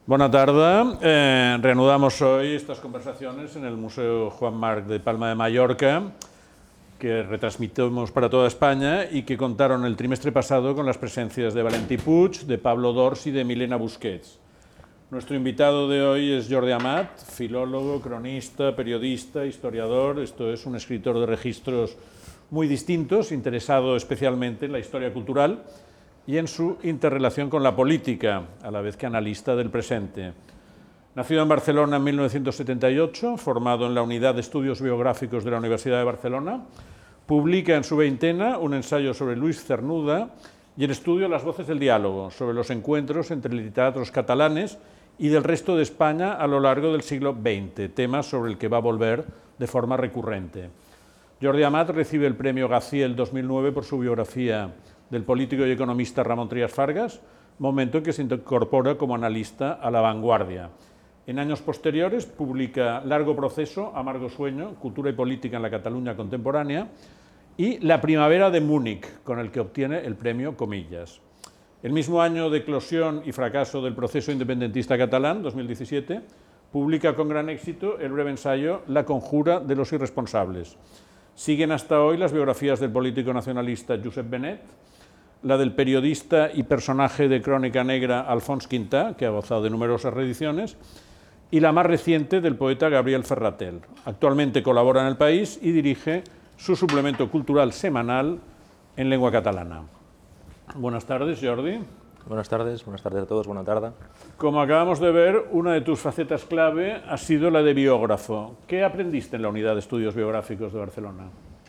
Buena tarde. Reanudamos hoy estas conversaciones en el Museo Juan Marc de Palma de Mallorca, que retransmitimos para toda España y que contaron el trimestre pasado con las presencias de Valentí Puig, de Pablo Dors y de Milena Busquets. Nuestro invitado de hoy es Jordi Amat, filólogo, cronista, periodista, historiador. Esto es un escritor de registros muy distintos, interesado especialmente en la historia cultural y en su interrelación con la política, a la vez que analista del presente. Nacido en Barcelona en 1978, formado en la Unidad de Estudios Biográficos de la Universidad de Barcelona, publica en su veintena un ensayo sobre Luis Cernuda y el estudio Las voces del diálogo, sobre los encuentros entre literatos catalanes y del resto de España a lo largo del siglo XX, tema sobre el que va a volver de forma recurrente. Jordi Amat recibe el premio Gaziel 2009 por su biografía del político y economista Ramón Trias Fargas, momento en que se incorpora como analista a La Vanguardia. En años posteriores publica Largo proceso, amargo sueño, cultura y política en la Cataluña contemporánea, y La primavera de Múnich, con el que obtiene el premio Comillas. El mismo año de eclosión y fracaso del proceso independentista catalán, 2017, publica con gran éxito el breve ensayo La conjura de los irresponsables. Siguen hasta hoy las biografías del político nacionalista Josep Benet, la del periodista y personaje de Crónica Negra Alfons Quintà, que ha gozado de numerosas reediciones, y la más reciente del poeta Gabriel Ferratel. Actualmente colabora en El País y dirige su suplemento cultural semanal en lengua catalana. Buenas tardes, Jordi. Buenas tardes a todos, buena tarde. Como acabamos de ver, una de tus facetas clave ha sido la de biógrafo. ¿Qué aprendiste en la Unidad de Estudios Biográficos de Barcelona?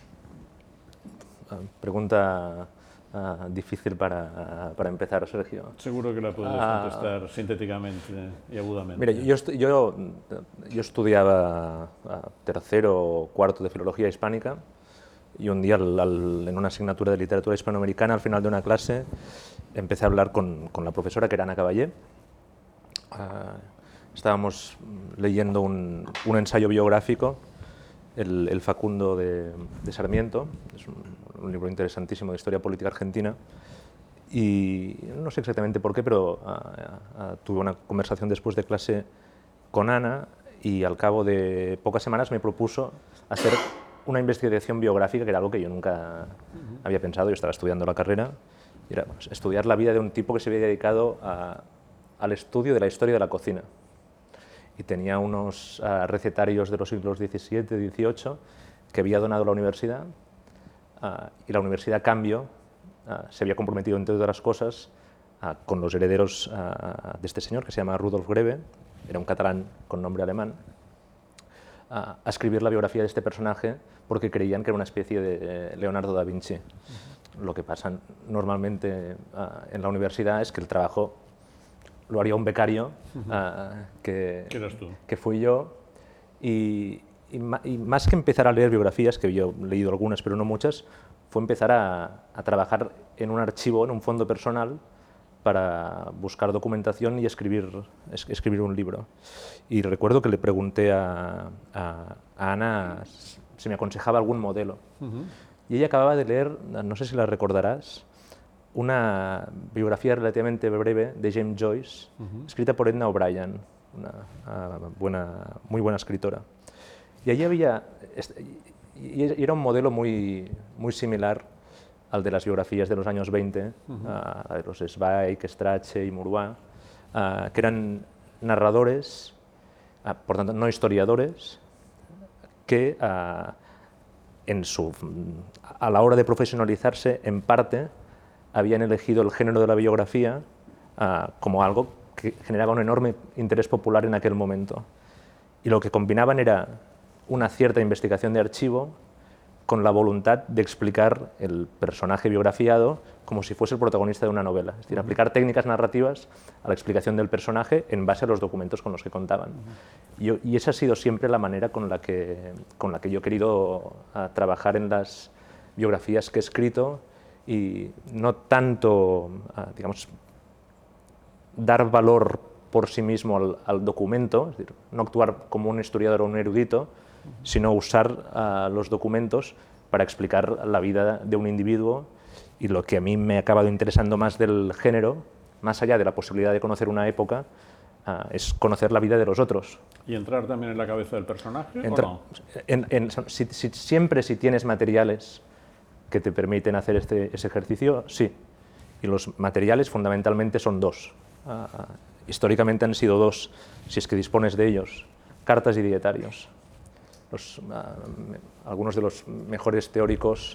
Pregunta difícil para empezar, Sergio. Seguro que la puedes contestar sintéticamente y agudamente. Mira, yo estudiaba tercero o cuarto de Filología Hispánica y un día en una asignatura de literatura hispanoamericana, al final de una clase, empecé a hablar con la profesora, que era Ana Caballé. Estábamos leyendo un ensayo biográfico, el Facundo de Sarmiento, es un libro interesantísimo de historia política argentina, y no sé exactamente por qué, pero tuve una conversación después de clase con Ana y al cabo de pocas semanas me propuso hacer una investigación biográfica, que era algo que yo nunca había pensado. Yo estaba estudiando la carrera, y era estudiar la vida de un tipo que se había dedicado al estudio de la historia de la cocina. Y tenía unos recetarios de los siglos XVII, XVIII que había donado a la universidad, y la universidad, a cambio, se había comprometido, entre otras cosas, con los herederos de este señor, que se llama Rudolf Grebe, era un catalán con nombre alemán, a escribir la biografía de este personaje porque creían que era una especie de Leonardo da Vinci. Lo que pasa normalmente en la universidad es que el trabajo lo haría un becario, que fui yo, y más que empezar a leer biografías, que yo he leído algunas pero no muchas, fue empezar a trabajar en un archivo, en un fondo personal, para buscar documentación y escribir un libro. Y recuerdo que le pregunté a Ana si me aconsejaba algún modelo. Y ella acababa de leer, no sé si la recordarás, una biografía relativamente breve de James Joyce, escrita por Edna O'Brien, una muy buena escritora. Y allí y era un modelo muy similar al de las biografías de los años 20, de los Zweig, Strache y Mourouat, que eran narradores, por tanto no historiadores, que a la hora de profesionalizarse, en parte, habían elegido el género de la biografía como algo que generaba un enorme interés popular en aquel momento. Y lo que combinaban era una cierta investigación de archivo con la voluntad de explicar el personaje biografiado como si fuese el protagonista de una novela. Es decir, aplicar técnicas narrativas a la explicación del personaje en base a los documentos con los que contaban. Y esa ha sido siempre la manera con la que yo he querido trabajar en las biografías que he escrito, y no tanto, digamos, dar valor por sí mismo al documento, es decir, no actuar como un historiador o un erudito, sino usar los documentos para explicar la vida de un individuo. Y lo que a mí me ha acabado interesando más del género, más allá de la posibilidad de conocer una época, es conocer la vida de los otros. ¿Y entrar también en la cabeza del personaje o no? Siempre si tienes materiales que te permiten hacer ese ejercicio, sí. Y los materiales fundamentalmente son dos. Históricamente han sido dos, si es que dispones de ellos: cartas y dietarios. Algunos de los mejores teóricos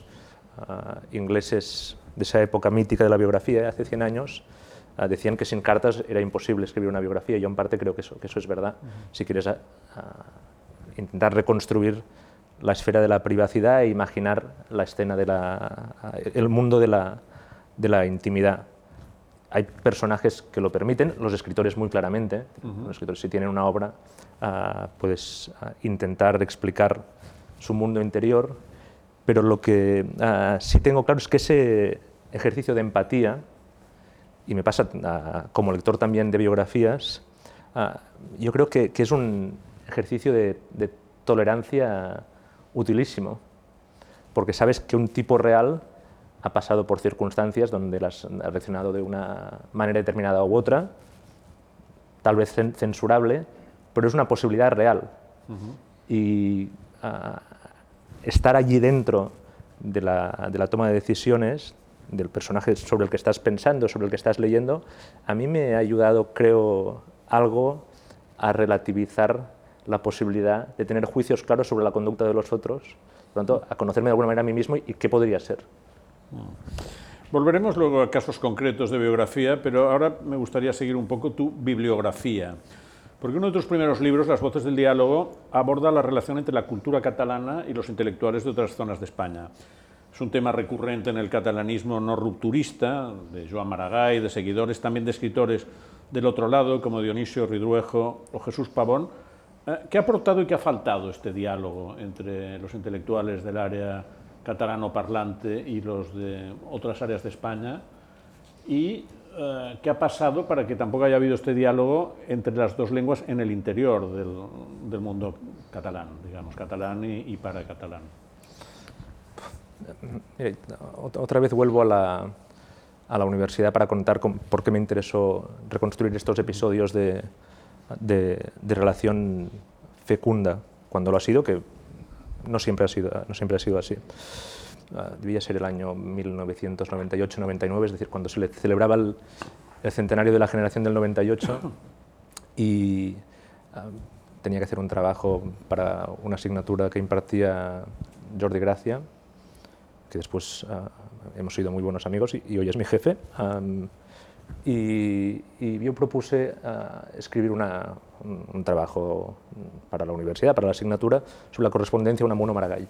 ingleses de esa época mítica de la biografía, hace 100 años, decían que sin cartas era imposible escribir una biografía. Yo en parte creo que eso es verdad. Si quieres intentar reconstruir la esfera de la privacidad e imaginar la escena el mundo de la intimidad. Hay personajes que lo permiten, los escritores muy claramente. Los escritores, si tienen una obra, puedes intentar explicar su mundo interior, pero lo que sí tengo claro es que ese ejercicio de empatía, y me pasa como lector también de biografías, yo creo que es un ejercicio de tolerancia utilísimo, porque sabes que un tipo real ha pasado por circunstancias donde ha reaccionado de una manera determinada u otra, tal vez censurable, pero es una posibilidad real. Y estar allí dentro de la toma de decisiones del personaje sobre el que estás pensando, sobre el que estás leyendo, a mí me ha ayudado, creo, algo a relativizar la posibilidad de tener juicios claros sobre la conducta de los otros, por lo tanto, a conocerme de alguna manera a mí mismo y qué podría ser. Volveremos luego a casos concretos de biografía, pero ahora me gustaría seguir un poco tu bibliografía. Porque uno de tus primeros libros, Las voces del diálogo, aborda la relación entre la cultura catalana y los intelectuales de otras zonas de España. Es un tema recurrente en el catalanismo no rupturista, de Joan Maragall, de seguidores, también de escritores del otro lado, como Dionisio Ridruejo o Jesús Pavón. ¿Qué ha aportado y qué ha faltado este diálogo entre los intelectuales del área catalano-parlante y los de otras áreas de España? ¿Y qué ha pasado para que tampoco haya habido este diálogo entre las dos lenguas en el interior del mundo catalán, digamos, catalán y para catalán? Mire, otra vez vuelvo a la universidad para contar por qué me interesó reconstruir estos episodios de relación fecunda, cuando lo ha sido, que no siempre ha sido así. Debía ser el año 1998-99, es decir, cuando se le celebraba el centenario de la generación del 98, y tenía que hacer un trabajo para una asignatura que impartía Jordi Gracia, que después hemos sido muy buenos amigos y hoy es mi jefe. Y yo propuse escribir un trabajo para la universidad, para la asignatura, sobre la correspondencia a Unamuno Maragall.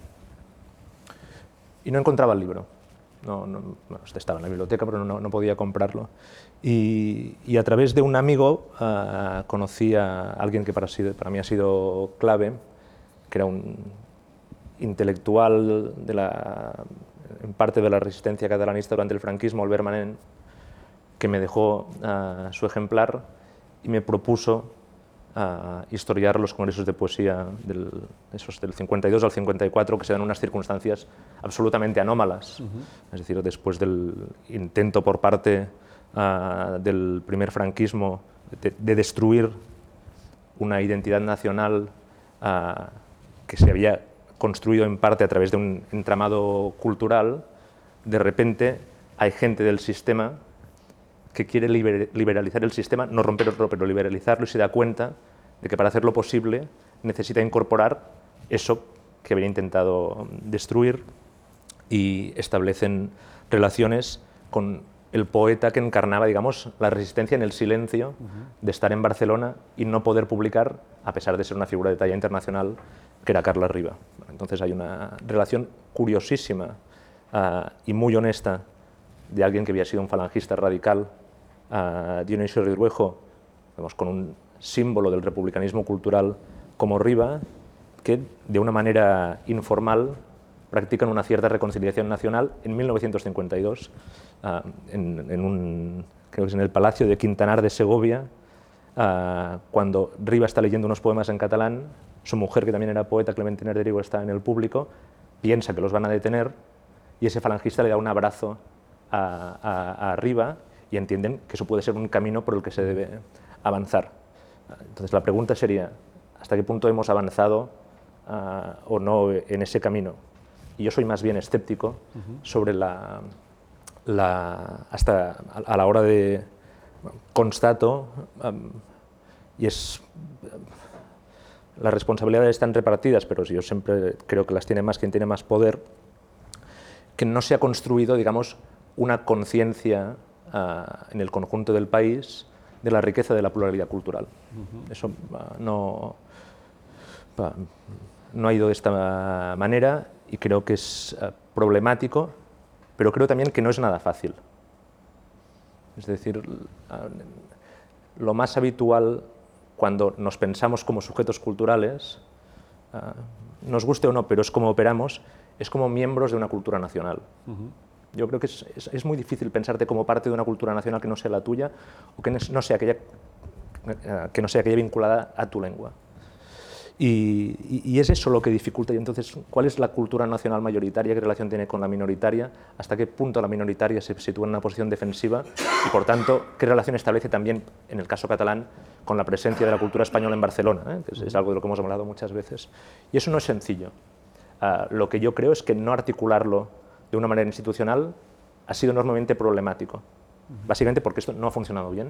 Y no encontraba el libro. Estaba en la biblioteca, pero no podía comprarlo. Y a través de un amigo conocí a alguien que para mí ha sido clave, que era un intelectual en parte de la resistencia catalanista durante el franquismo, Albert Manent, que me dejó su ejemplar y me propuso historiar los congresos de poesía esos del 52 al 54, que se dan en unas circunstancias absolutamente anómalas. Es decir, después del intento por parte del primer franquismo de destruir una identidad nacional que se había construido en parte a través de un entramado cultural, de repente hay gente del sistema que quiere liberalizar el sistema, no romperlo, pero liberalizarlo, y se da cuenta de que para hacerlo posible necesita incorporar eso que había intentado destruir, y establecen relaciones con el poeta que encarnaba, digamos, la resistencia en el silencio de estar en Barcelona y no poder publicar, a pesar de ser una figura de talla internacional, que era Carles Riba. Entonces hay una relación curiosísima y muy honesta de alguien que había sido un falangista radical, Dionisio Ridruejo, con un símbolo del republicanismo cultural como Riba, que de una manera informal practican una cierta reconciliación nacional en 1952, creo que es en el Palacio de Quintanar de Segovia, cuando Riba está leyendo unos poemas en catalán, su mujer, que también era poeta, Clementina Arderiu, está en el público, piensa que los van a detener, y ese falangista le da un abrazo a Riba, y entienden que eso puede ser un camino por el que se debe avanzar. Entonces la pregunta sería, ¿hasta qué punto hemos avanzado o no en ese camino? Y yo soy más bien escéptico sobre hasta a la hora de constato, y las responsabilidades están repartidas, pero yo siempre creo que las tiene más quien tiene más poder, que no se ha construido, digamos, una conciencia en el conjunto del país de la riqueza de la pluralidad cultural. Eso no ha ido de esta manera y creo que es problemático, pero creo también que no es nada fácil. Es decir, lo más habitual cuando nos pensamos como sujetos culturales, nos guste o no, pero es como operamos, es como miembros de una cultura nacional. Yo creo que es muy difícil pensarte como parte de una cultura nacional que no sea la tuya o que no sea aquella vinculada a tu lengua. Y es eso lo que dificulta. Y entonces, ¿cuál es la cultura nacional mayoritaria? ¿Qué relación tiene con la minoritaria? ¿Hasta qué punto la minoritaria se sitúa en una posición defensiva? Y, por tanto, ¿qué relación establece también, en el caso catalán, con la presencia de la cultura española en Barcelona? Que es algo de lo que hemos hablado muchas veces. Y eso no es sencillo. Lo que yo creo es que no articularlo de una manera institucional ha sido enormemente problemático. Básicamente porque esto no ha funcionado bien.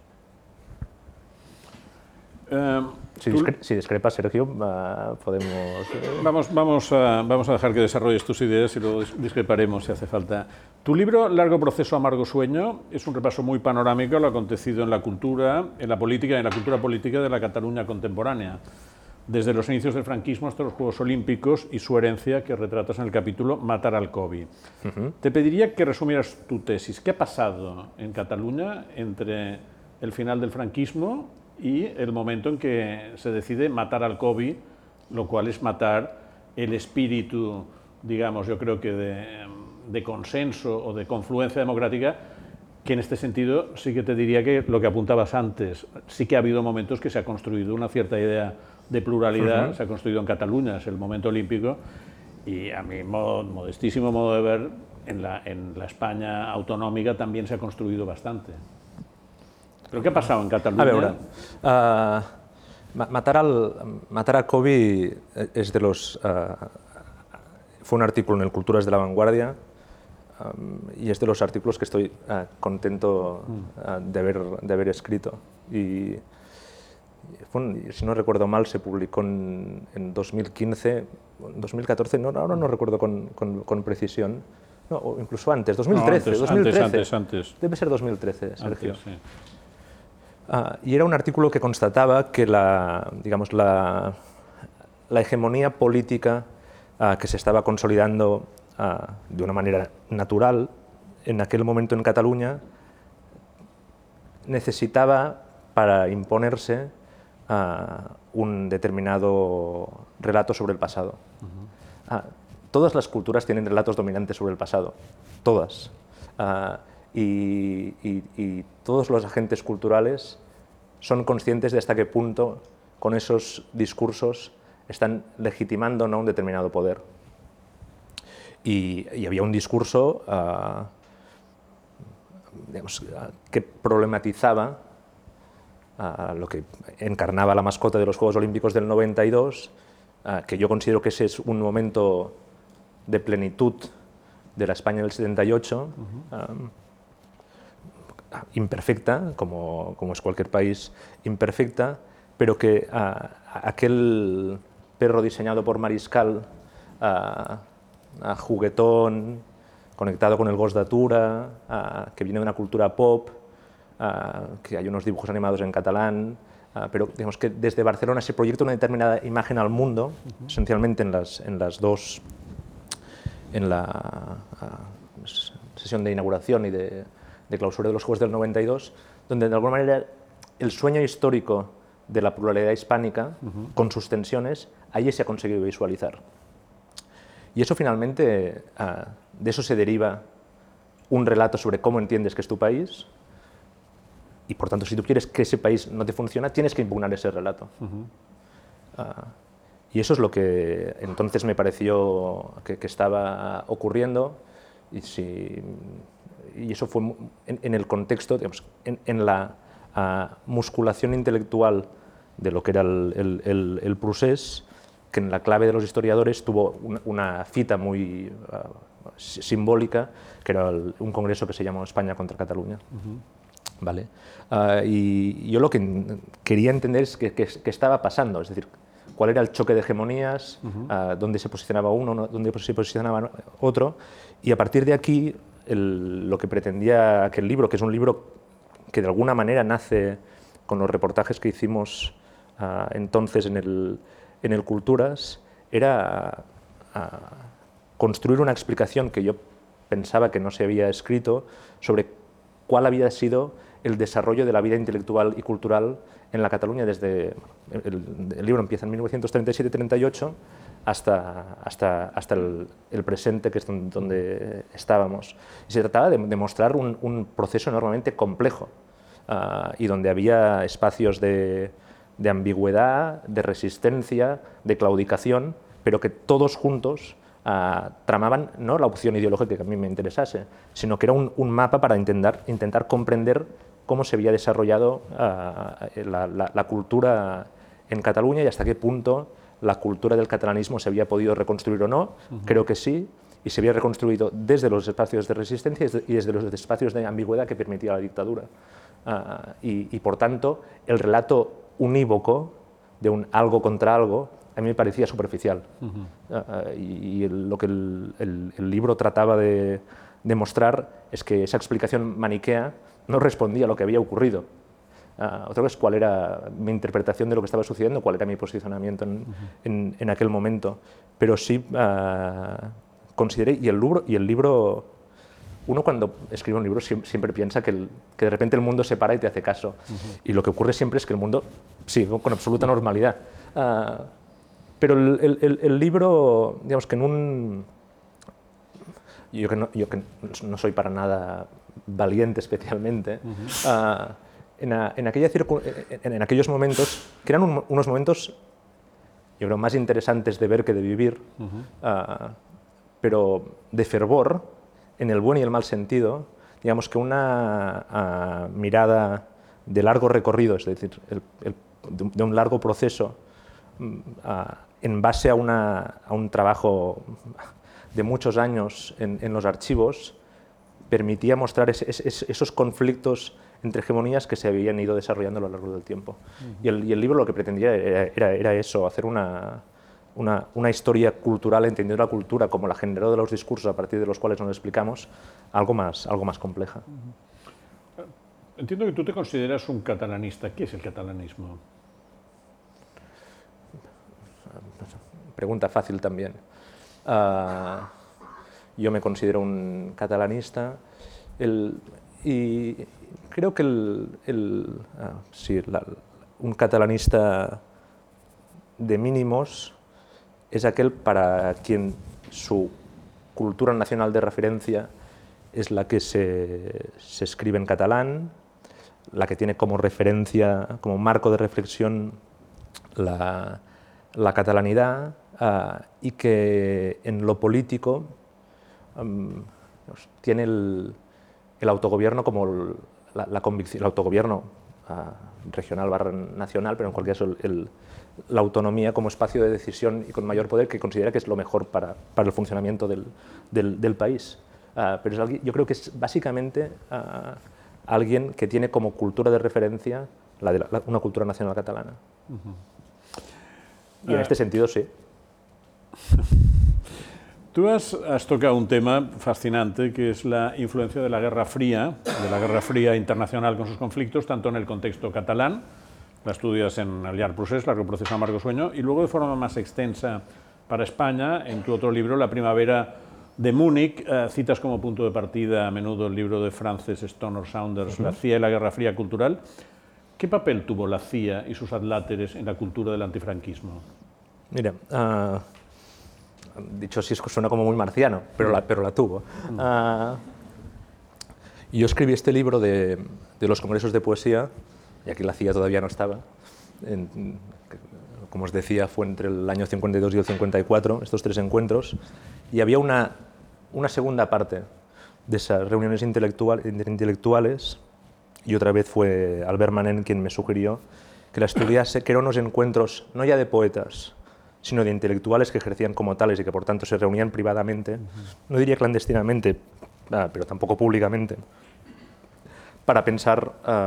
Si discrepa, Sergio, podemos... Vamos a dejar que desarrolles tus ideas y luego discreparemos si hace falta. Tu libro, Largo proceso, amargo sueño, es un repaso muy panorámico a lo acontecido en la cultura, en la política y en la cultura política de la Cataluña contemporánea, desde los inicios del franquismo hasta los Juegos Olímpicos y su herencia que retratas en el capítulo Matar al COVID. Te pediría que resumieras tu tesis. ¿Qué ha pasado en Cataluña entre el final del franquismo y el momento en que se decide matar al COVID, lo cual es matar el espíritu, digamos, yo creo que de consenso o de confluencia democrática, que en este sentido sí que te diría que lo que apuntabas antes, sí que ha habido momentos que se ha construido una cierta idea de pluralidad, se ha construido en Cataluña, es el momento olímpico, y a mi modestísimo modo de ver, en la España autonómica también se ha construido bastante. ¿Pero qué ha pasado en Cataluña? A veure, matar a COVID és de los... fue un artículo en el Culturas de la Vanguardia y es de los artículos que estoy contento de haber escrito. Y si no recuerdo mal, se publicó en 2015, 2014, ahora no recuerdo con precisión, no, o incluso antes, 2013. No, antes. Debe ser 2013, Sergio. Antes, sí. Y era un artículo que constataba que la hegemonía política que se estaba consolidando de una manera natural en aquel momento en Cataluña necesitaba para imponerse un determinado relato sobre el pasado. Todas las culturas tienen relatos dominantes sobre el pasado, todas. Y todos los agentes culturales son conscientes de hasta qué punto con esos discursos están legitimando o no un determinado poder. Y había un discurso que problematizaba lo que encarnaba la mascota de los Juegos Olímpicos del 92, que yo considero que ese es un momento de plenitud de la España del 78, imperfecta, como es cualquier país imperfecta, pero que aquel perro diseñado por Mariscal, juguetón, conectado con el Gos d'Atura, que viene de una cultura pop, que hay unos dibujos animados en catalán, pero digamos que desde Barcelona se proyecta una determinada imagen al mundo, esencialmente en la sesión de inauguración y de clausura de los Juegos del 92, donde de alguna manera el sueño histórico de la pluralidad hispánica, con sus tensiones, allí se ha conseguido visualizar. Y eso finalmente, de eso se deriva un relato sobre cómo entiendes que es tu país, y por tanto, si tú quieres que ese país no te funciona, tienes que impugnar ese relato. Y eso es lo que entonces me pareció que estaba ocurriendo, y eso fue en el contexto, digamos, en la musculación intelectual de lo que era el procés, que en la clave de los historiadores tuvo una cita muy simbólica, que era un congreso que se llamó España contra Cataluña. ¿Vale? Y yo lo que quería entender es qué estaba pasando, es decir, cuál era el choque de hegemonías, dónde se posicionaba uno, dónde se posicionaba otro, y a partir de aquí lo que pretendía aquel libro, que es un libro que de alguna manera nace con los reportajes que hicimos entonces en el Culturas, era construir una explicación que yo pensaba que no se había escrito sobre cuál había sido el desarrollo de la vida intelectual y cultural en la Cataluña desde... El libro empieza en 1937-38 hasta el presente, que es donde estábamos. Y se trataba de mostrar un proceso enormemente complejo y donde había espacios de ambigüedad, de resistencia, de claudicación, pero que todos juntos tramaban no la opción ideológica que a mí me interesase, sino que era un mapa para intentar comprender cómo se había desarrollado la cultura en Cataluña y hasta qué punto la cultura del catalanismo se había podido reconstruir o no. Creo que sí, y se había reconstruido desde los espacios de resistencia y desde los espacios de ambigüedad que permitía la dictadura. Y por tanto, el relato unívoco de un algo contra algo a mí me parecía superficial. Y lo que el libro trataba de mostrar es que esa explicación maniquea no respondía a lo que había ocurrido. Otra vez, cuál era mi interpretación de lo que estaba sucediendo, cuál era mi posicionamiento en aquel momento. Pero sí consideré, y el libro, uno cuando escribe un libro siempre piensa que de repente el mundo se para y te hace caso. Y lo que ocurre siempre es que el mundo sigue con absoluta normalidad. Pero el libro, digamos que yo que no soy para nada valiente especialmente, en aquellos momentos, que eran unos momentos, yo creo, más interesantes de ver que de vivir, pero de fervor, en el buen y el mal sentido, digamos que una mirada de largo recorrido, es decir, de un largo proceso, en base a un trabajo de muchos años en los archivos, permitía mostrar esos conflictos entre hegemonías que se habían ido desarrollando a lo largo del tiempo. Y el libro lo que pretendía era eso, hacer una historia cultural, entendiendo la cultura como la generó de los discursos a partir de los cuales nos explicamos, algo más compleja. Entiendo que tú te consideras un catalanista. ¿Qué es el catalanismo? Pregunta fácil también. Yo me considero un catalanista y creo que un catalanista de mínimos es aquel para quien su cultura nacional de referencia es la que se escribe en catalán, la que tiene como referencia, como marco de reflexión la catalanidad, y que en lo político tiene el autogobierno como la convicción, el autogobierno regional / nacional, pero en cualquier caso la autonomía como espacio de decisión y con mayor poder, que considera que es lo mejor para el funcionamiento del país. Pero yo creo que es básicamente alguien que tiene como cultura de referencia una cultura nacional catalana. Y en este sentido, sí. Tú has tocado un tema fascinante, que es la influencia de la Guerra Fría internacional con sus conflictos, tanto en el contexto catalán, la estudias en el Llarg Procés, Largo Proceso Amargo Sueño, y luego de forma más extensa para España, en tu otro libro, La Primavera de Múnich, citas como punto de partida a menudo el libro de Frances Stonor Saunders, La CIA y la Guerra Fría cultural. ¿Qué papel tuvo la CIA y sus adláteres en la cultura del antifranquismo? Mira, dicho así suena como muy marciano, pero la tuvo. Yo escribí este libro de los congresos de poesía, y aquí la CIA todavía no estaba. Como os decía, fue entre el año 52 y el 54, estos 3 encuentros, y había una segunda parte de esas reuniones intelectuales, y otra vez fue Albert Manent quien me sugirió que la estudiase, que eran unos encuentros no ya de poetas, sino de intelectuales que ejercían como tales y que por tanto se reunían privadamente, no diría clandestinamente, pero tampoco públicamente, para pensar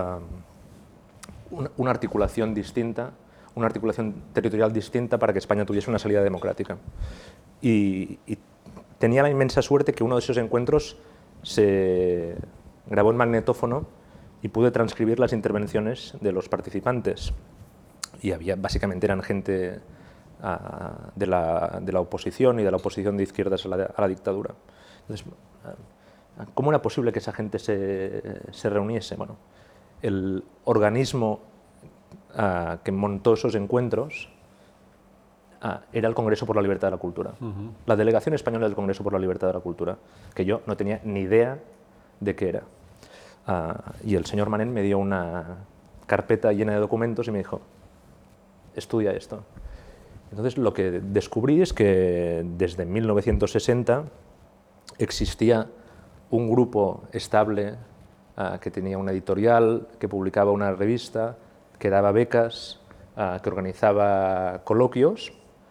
una articulación distinta, una articulación territorial distinta para que España tuviese una salida democrática. Y tenía la inmensa suerte que uno de esos encuentros se grabó en magnetófono y pude transcribir las intervenciones de los participantes. Y básicamente eran gente de la oposición y de la oposición de izquierdas a la dictadura. Entonces, ¿cómo era posible que esa gente se reuniese? Bueno, el organismo que montó esos encuentros era el Congreso por la Libertad de la Cultura. La delegación española del Congreso por la Libertad de la Cultura, que yo no tenía ni idea de qué era. Y el señor Manent me dio una carpeta llena de documentos y me dijo, estudia esto. Entonces lo que descubrí es que desde 1960 existía un grupo estable que tenía una editorial, que publicaba una revista, que daba becas, que organizaba coloquios,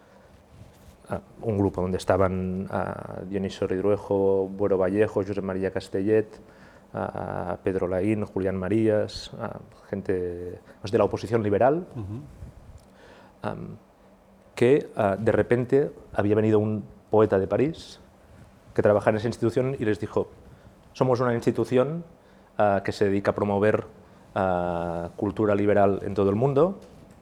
un grupo donde estaban Dionisio Ridruejo, Buero Vallejo, Josep María Castellet, Pedro Laín, Julián Marías, gente de la oposición liberal, que de repente había venido un poeta de París que trabajaba en esa institución y les dijo, somos una institución que se dedica a promover cultura liberal en todo el mundo.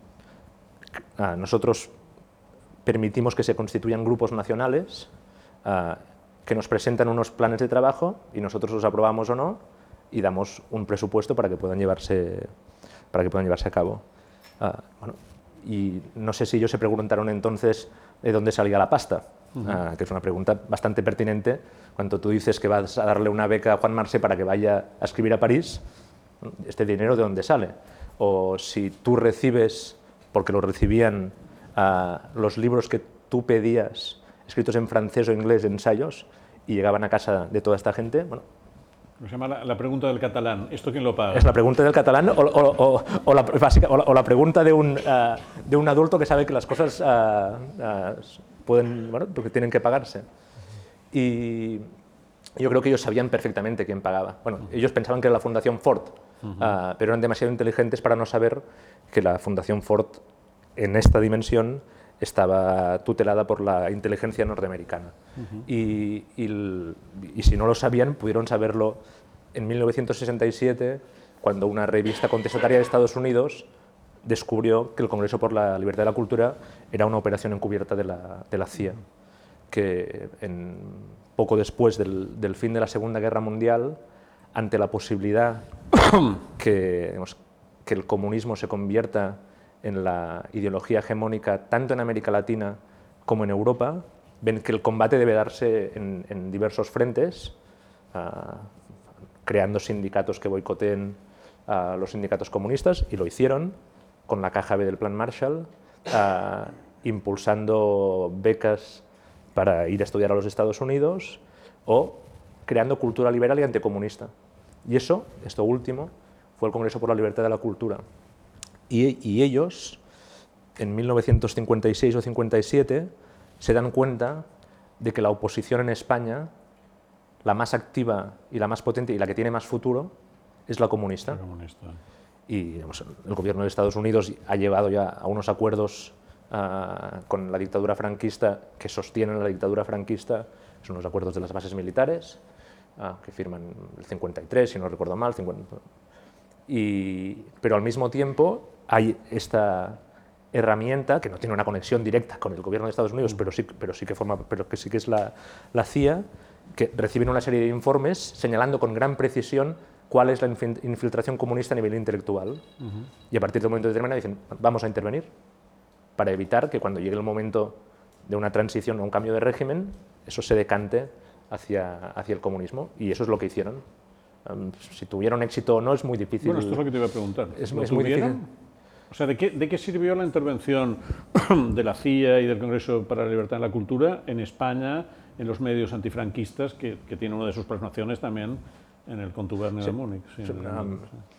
Nosotros permitimos que se constituyan grupos nacionales que nos presentan unos planes de trabajo y nosotros los aprobamos o no y damos un presupuesto para que puedan llevarse a cabo. Bueno, y no sé si ellos se preguntaron entonces de dónde salía la pasta, que es una pregunta bastante pertinente cuando tú dices que vas a darle una beca a Juan Marsé para que vaya a escribir a París, ¿este dinero de dónde sale? O si tú recibes, porque lo recibían los libros que tú pedías, escritos en francés o inglés, ensayos, y llegaban a casa de toda esta gente, bueno. Se llama la pregunta del catalán. ¿Esto quién lo paga? Es la pregunta del catalán o la pregunta de un adulto que sabe que las cosas pueden, bueno, porque tienen que pagarse. Y yo creo que ellos sabían perfectamente quién pagaba. Bueno, ellos pensaban que era la Fundación Ford, pero eran demasiado inteligentes para no saber que la Fundación Ford en esta dimensión estaba tutelada por la inteligencia norteamericana. Y si no lo sabían, pudieron saberlo en 1967, cuando una revista contestataria de Estados Unidos descubrió que el Congreso por la Libertad de la Cultura era una operación encubierta de la CIA, que poco después del fin de la Segunda Guerra Mundial, ante la posibilidad que el comunismo se convierta en la ideología hegemónica tanto en América Latina como en Europa, ven que el combate debe darse en diversos frentes, creando sindicatos que boicoteen a los sindicatos comunistas, y lo hicieron con la caja B del Plan Marshall, impulsando becas para ir a estudiar a los Estados Unidos o creando cultura liberal y anticomunista. Y esto último, fue el Congreso por la Libertad de la Cultura. Y ellos, en 1956 o 57, se dan cuenta de que la oposición en España, la más activa y la más potente y la que tiene más futuro, es la comunista. Y digamos, el gobierno de Estados Unidos ha llevado ya a unos acuerdos con la dictadura franquista que sostienen la dictadura franquista, son los acuerdos de las bases militares, que firman el 53, si no recuerdo mal, pero al mismo tiempo hay esta herramienta que no tiene una conexión directa con el gobierno de Estados Unidos, pero que sí que es la CIA, que reciben una serie de informes señalando con gran precisión cuál es la infiltración comunista a nivel intelectual. Y a partir de un momento determinado dicen, vamos a intervenir para evitar que cuando llegue el momento de una transición o un cambio de régimen, eso se decante hacia el comunismo, y eso es lo que hicieron. Si tuvieron éxito o no es muy difícil. Bueno, esto es lo que te iba a preguntar. Es muy difícil. O sea, ¿de qué sirvió la intervención de la CIA y del Congreso para la Libertad de la Cultura en España, en los medios antifranquistas, que tiene una de sus plasmaciones también en el contubernio de Múnich? Sí,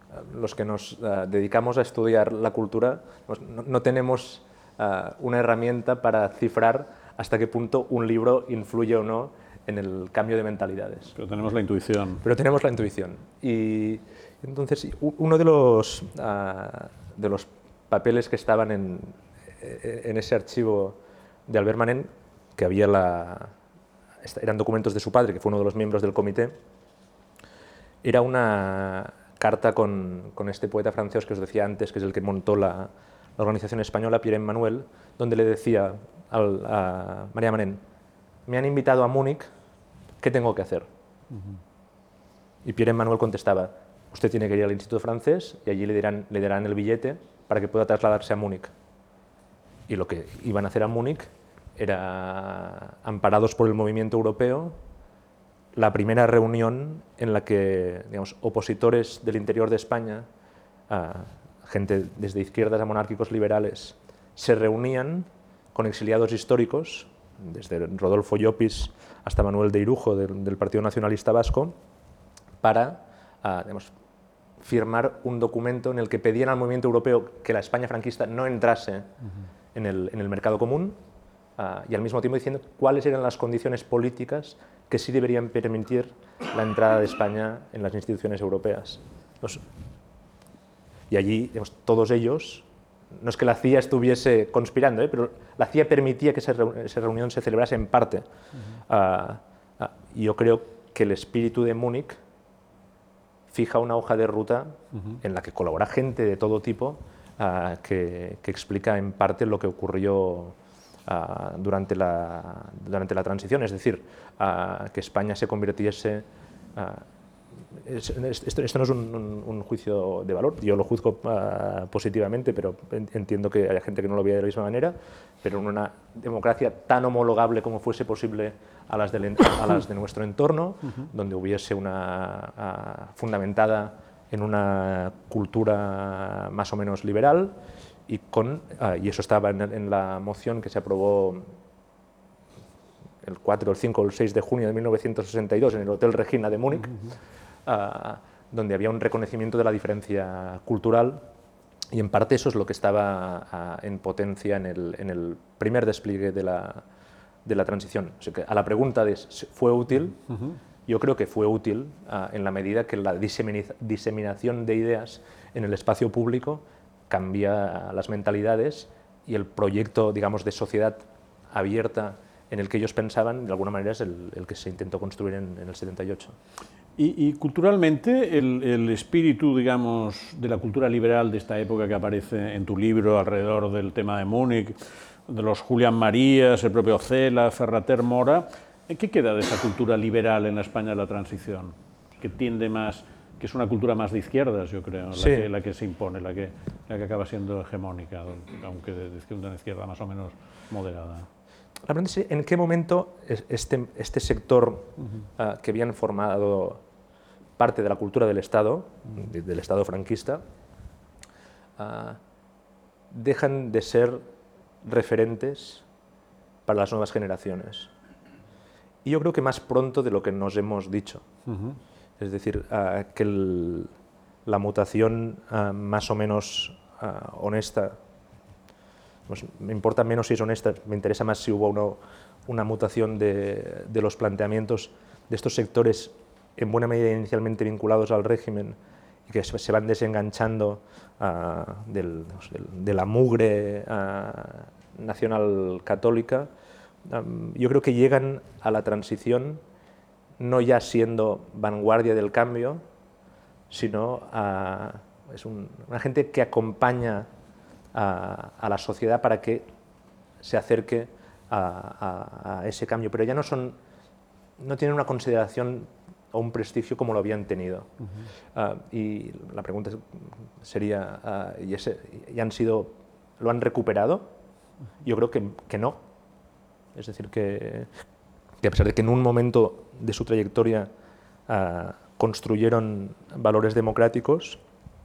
los que nos dedicamos a estudiar la cultura pues, no tenemos una herramienta para cifrar hasta qué punto un libro influye o no en el cambio de mentalidades. Pero tenemos la intuición. Pero tenemos la intuición. Y entonces, uno de los papeles que estaban en ese archivo de Albert Manent, que eran documentos de su padre, que fue uno de los miembros del comité, era una carta con este poeta francés que os decía antes, que es el que montó la organización española, Pierre-Emmanuel, donde le decía a María Manent: me han invitado a Múnich, ¿qué tengo que hacer? Y Pierre-Emmanuel contestaba: usted tiene que ir al Instituto Francés y allí le darán el billete para que pueda trasladarse a Múnich. Y lo que iban a hacer a Múnich era, amparados por el movimiento europeo, la primera reunión en la que, digamos, opositores del interior de España, gente desde izquierdas a monárquicos liberales, se reunían con exiliados históricos, desde Rodolfo Llopis hasta Manuel de Irujo del Partido Nacionalista Vasco, para digamos, firmar un documento en el que pedían al movimiento europeo que la España franquista no entrase en el mercado común, y al mismo tiempo diciendo cuáles eran las condiciones políticas que sí deberían permitir la entrada de España en las instituciones europeas. Y allí, digamos, todos ellos, no es que la CIA estuviese conspirando, pero la CIA permitía que esa reunión se celebrase en parte. Y yo creo que el espíritu de Múnich fija una hoja de ruta en la que colabora gente de todo tipo, que explica en parte lo que ocurrió durante la transición, es decir, que España se convirtiese... Esto no es un juicio de valor, yo lo juzgo positivamente, pero entiendo que hay gente que no lo ve de la misma manera, pero en una democracia tan homologable como fuese posible a las de nuestro entorno, donde hubiese una fundamentada en una cultura más o menos liberal, y eso estaba en la moción que se aprobó el 4, el 5 o el 6 de junio de 1962 en el Hotel Regina de Múnich, donde había un reconocimiento de la diferencia cultural, y en parte eso es lo que estaba en potencia en el primer despliegue de la transición. O sea que a la pregunta de ¿fue útil? Yo creo que fue útil en la medida que la diseminación de ideas en el espacio público cambia las mentalidades, y el proyecto, digamos, de sociedad abierta en el que ellos pensaban, de alguna manera es el que se intentó construir en el 78. Y culturalmente, el espíritu, digamos, de la cultura liberal de esta época que aparece en tu libro alrededor del tema de Múnich, de los Julián Marías, el propio Cela, Ferrater Mora, ¿qué queda de esa cultura liberal en la España de la transición? Que tiende más, que es una cultura más de izquierdas, yo creo, sí, la que se impone, la que acaba siendo hegemónica, aunque de una izquierda más o menos moderada. La pregunta es en qué momento este sector que habían formado parte de la cultura del Estado franquista, dejan de ser referentes para las nuevas generaciones. Y yo creo que más pronto de lo que nos hemos dicho. Es decir, que la mutación más o menos honesta, pues me importa menos si es honesta, me interesa más si hubo una mutación de los planteamientos de estos sectores en buena medida inicialmente vinculados al régimen y que se van desenganchando de la mugre nacional católica. Yo creo que llegan a la transición no ya siendo vanguardia del cambio, sino es una gente que acompaña a la sociedad para que se acerque a ese cambio, pero ya no tienen una consideración o un prestigio como lo habían tenido. Y la pregunta sería, ¿lo han recuperado? Yo creo que no. Es decir, que a pesar de que en un momento de su trayectoria construyeron valores democráticos,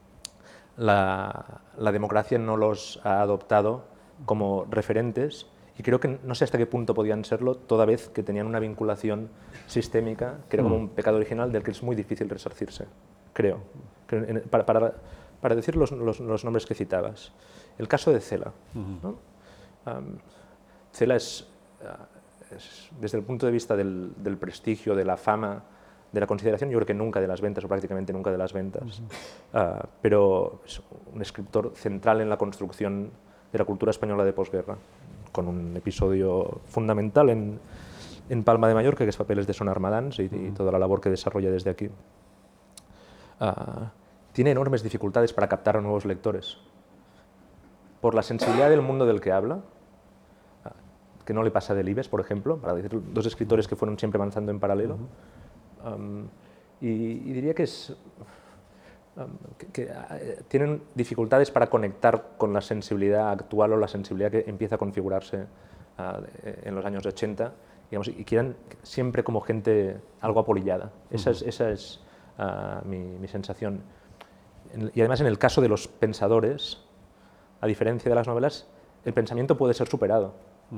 la democracia no los ha adoptado como referentes, y creo que no sé hasta qué punto podían serlo, toda vez que tenían una vinculación sistémica que era como un pecado original del que es muy difícil resarcirse, creo Para decir los nombres que citabas. El caso de Cela. ¿No? Cela es, desde el punto de vista del prestigio, de la fama, de la consideración, yo creo que nunca de las ventas, o prácticamente nunca de las ventas, pero es un escritor central en la construcción de la cultura española de posguerra, con un episodio fundamental en Palma de Mallorca, que es Papeles de Son Armadans, y toda la labor que desarrolla desde aquí. Tiene enormes dificultades para captar a nuevos lectores, por la sensibilidad del mundo del que habla, que no le pasa a Delibes, por ejemplo, para decir dos escritores que fueron siempre avanzando en paralelo. Y diría que tienen dificultades para conectar con la sensibilidad actual o la sensibilidad que empieza a configurarse en los años 80, digamos, y quedan siempre como gente algo apolillada. Esa es mi sensación. Y además, en el caso de los pensadores, a diferencia de las novelas, el pensamiento puede ser superado.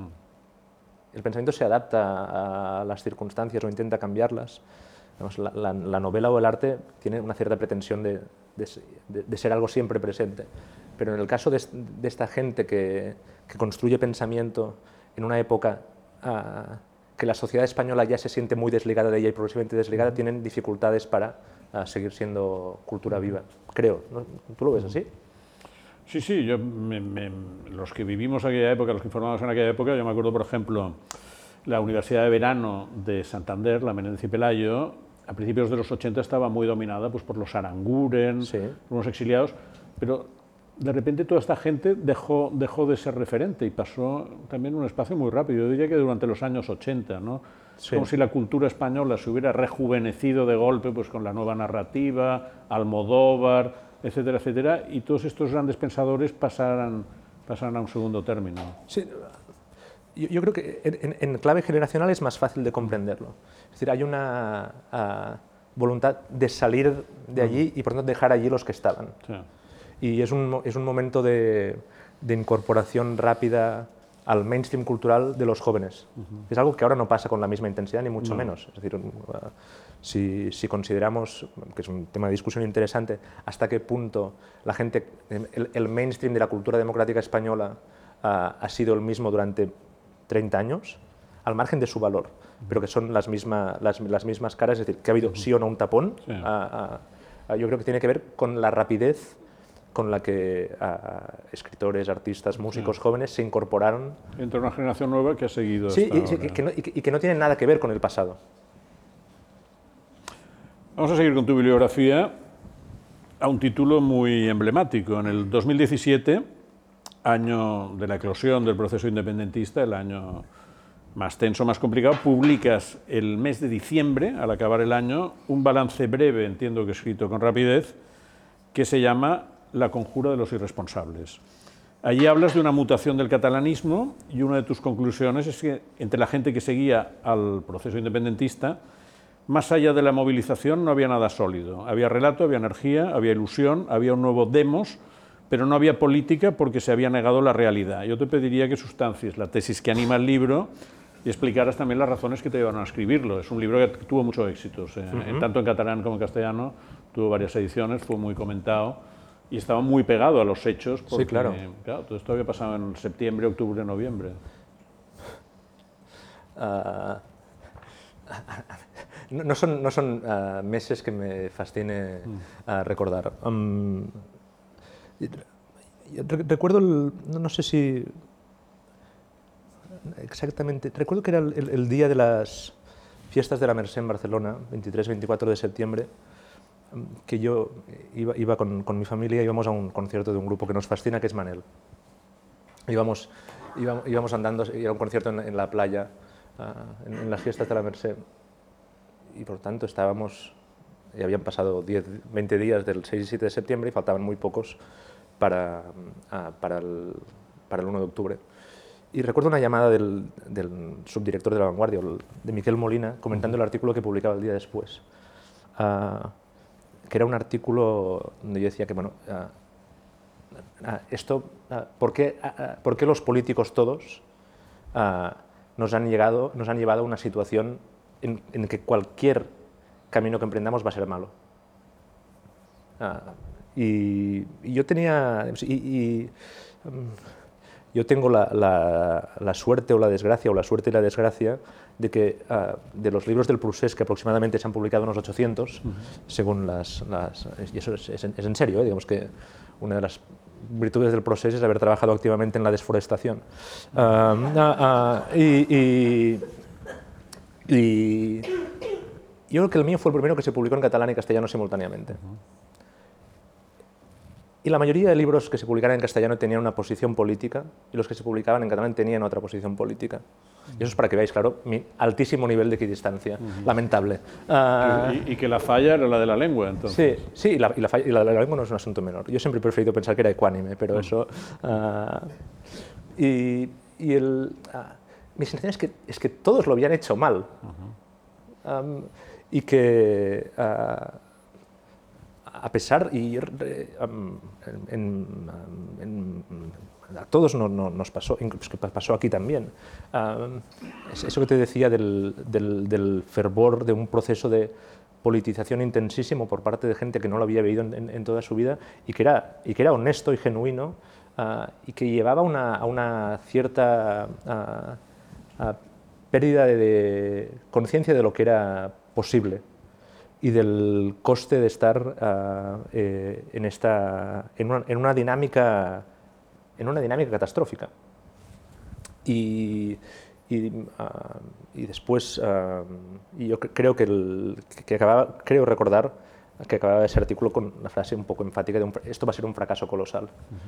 El pensamiento se adapta a las circunstancias o intenta cambiarlas. La novela o el arte tiene una cierta pretensión de ser algo siempre presente, pero en el caso de esta gente que construye pensamiento en una época que la sociedad española ya se siente muy desligada de ella y progresivamente desligada, tienen dificultades para seguir siendo cultura viva, creo. ¿No? ¿Tú lo ves así? Sí, sí, los que vivimos aquella época, los que formamos en aquella época, yo me acuerdo, por ejemplo, la Universidad de Verano de Santander, la Menéndez y Pelayo, a principios de los 80 estaba muy dominada pues, por los Aranguren, sí, por los exiliados, pero de repente toda esta gente dejó de ser referente y pasó también un espacio muy rápido. Yo diría que durante los años 80, ¿no? Sí. Como si la cultura española se hubiera rejuvenecido de golpe pues, con la nueva narrativa, Almodóvar, etcétera, etcétera, y todos estos grandes pensadores pasaran a un segundo término. Sí. Yo creo que en clave generacional es más fácil de comprenderlo. Es decir, hay una voluntad de salir de allí y por tanto dejar allí los que estaban. Sí. Y es un momento de incorporación rápida al mainstream cultural de los jóvenes. Es algo que ahora no pasa con la misma intensidad, ni mucho menos. Es decir, si consideramos, que es un tema de discusión interesante, hasta qué punto la gente, el mainstream de la cultura democrática española ha sido el mismo durante 30 años, al margen de su valor, pero que son las mismas caras, es decir, que ha habido sí o no un tapón, sí. Yo creo que tiene que ver con la rapidez con la que escritores, artistas, músicos jóvenes se incorporaron. Entre una generación nueva que ha seguido. Sí, y que no tiene nada que ver con el pasado. Vamos a seguir con tu bibliografía a un título muy emblemático. En el 2017, año de la eclosión del proceso independentista, el año más tenso, más complicado, publicas el mes de diciembre, al acabar el año, un balance breve, entiendo que escrito con rapidez, que se llama La conjura de los irresponsables. Allí hablas de una mutación del catalanismo y una de tus conclusiones es que entre la gente que seguía al proceso independentista, más allá de la movilización no había nada sólido. Había relato, había energía, había ilusión, había un nuevo demos, pero no había política porque se había negado la realidad. Yo te pediría que sustancies la tesis que anima el libro y explicaras también las razones que te llevaron a escribirlo. Es un libro que tuvo muchos éxitos, tanto en catalán como en castellano, tuvo varias ediciones, fue muy comentado y estaba muy pegado a los hechos porque, sí, claro, todo esto había pasado en septiembre, octubre, noviembre. No son meses que me fascine recordar. Recuerdo, no sé si exactamente, recuerdo que era el día de las fiestas de la Mercè en Barcelona, 23-24 de septiembre, que yo iba con mi familia, íbamos a un concierto de un grupo que nos fascina, que es Manel. Íbamos andando, y era un concierto en la playa, en las fiestas de la Mercè, y por tanto habían pasado 10-20 días del 6 y 7 de septiembre y faltaban muy pocos para el 1 de octubre. Y recuerdo una llamada del subdirector de La Vanguardia, de Miquel Molina, comentando el artículo que publicaba el día después, que era un artículo donde yo decía que, bueno, ¿por qué los políticos todos nos han llevado a una situación en que cualquier camino que emprendamos va a ser malo? Y yo tenía... yo tengo la suerte o la desgracia, o la suerte y la desgracia, de que de los libros del Prusés, que aproximadamente se han publicado unos 800, según y eso es en serio, digamos que una de las virtudes del Prusés es haber trabajado activamente en la desforestación. Y yo creo que el mío fue el primero que se publicó en catalán y castellano simultáneamente. Y la mayoría de libros que se publicaban en castellano tenían una posición política y los que se publicaban en catalán tenían otra posición política. Y eso es para que veáis, claro, mi altísimo nivel de equidistancia, lamentable. Y que la falla era la de la lengua, entonces. Sí, y la de la lengua no es un asunto menor. Yo siempre he preferido pensar que era ecuánime, pero eso... mi sensación es que todos lo habían hecho mal. Y que... a pesar, y a todos nos pasó, incluso que pasó aquí también, eso que te decía del fervor de un proceso de politización intensísimo por parte de gente que no lo había vivido en toda su vida y que era honesto y genuino y que llevaba a una cierta pérdida de conciencia de lo que era posible y del coste de estar en una dinámica catastrófica. Y después, yo creo creo recordar que acababa ese artículo con una frase un poco enfática de esto va a ser un fracaso colosal.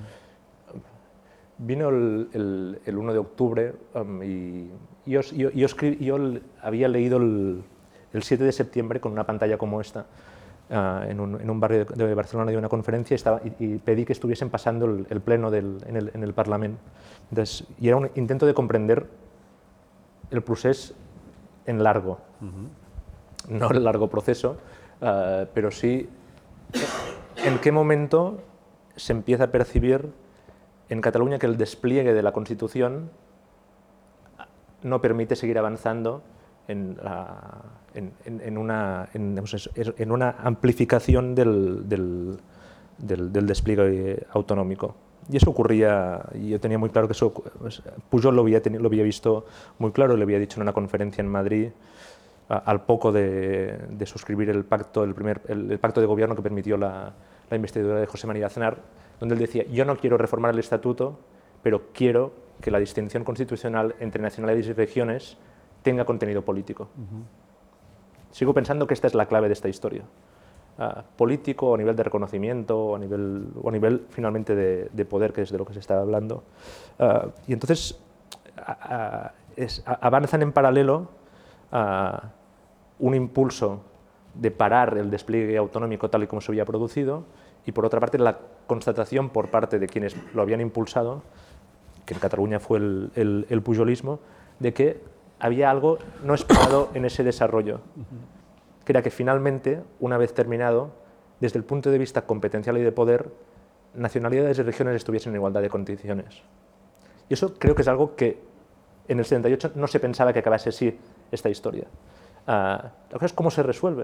Vino el 1 de octubre y yo había leído el 7 de septiembre con una pantalla como esta en un barrio de Barcelona de una conferencia y pedí que estuviesen pasando el pleno en el Parlamento. Entonces, y era un intento de comprender el procés en largo, no el largo proceso, pero sí en qué momento se empieza a percibir en Cataluña que el despliegue de la Constitución no permite seguir avanzando en una amplificación del despliegue autonómico. Y eso ocurría, y yo tenía muy claro que eso, Pujol lo había visto muy claro, le había dicho en una conferencia en Madrid, al poco de suscribir el pacto de gobierno que permitió la investidura de José María Aznar, donde él decía, yo no quiero reformar el estatuto, pero quiero que la distinción constitucional entre nacionalidades y regiones tenga contenido político. Sigo pensando que esta es la clave de esta historia. Político, a nivel de reconocimiento, o a nivel finalmente de poder, que es de lo que se está hablando. Y entonces avanzan en paralelo un impulso de parar el despliegue autonómico tal y como se había producido y por otra parte la constatación por parte de quienes lo habían impulsado, que en Cataluña fue el pujolismo, de que había algo no esperado en ese desarrollo, que era que finalmente, una vez terminado, desde el punto de vista competencial y de poder, nacionalidades y regiones estuviesen en igualdad de condiciones. Y eso creo que es algo que en el 78 no se pensaba que acabase así esta historia. La cosa es cómo se resuelve.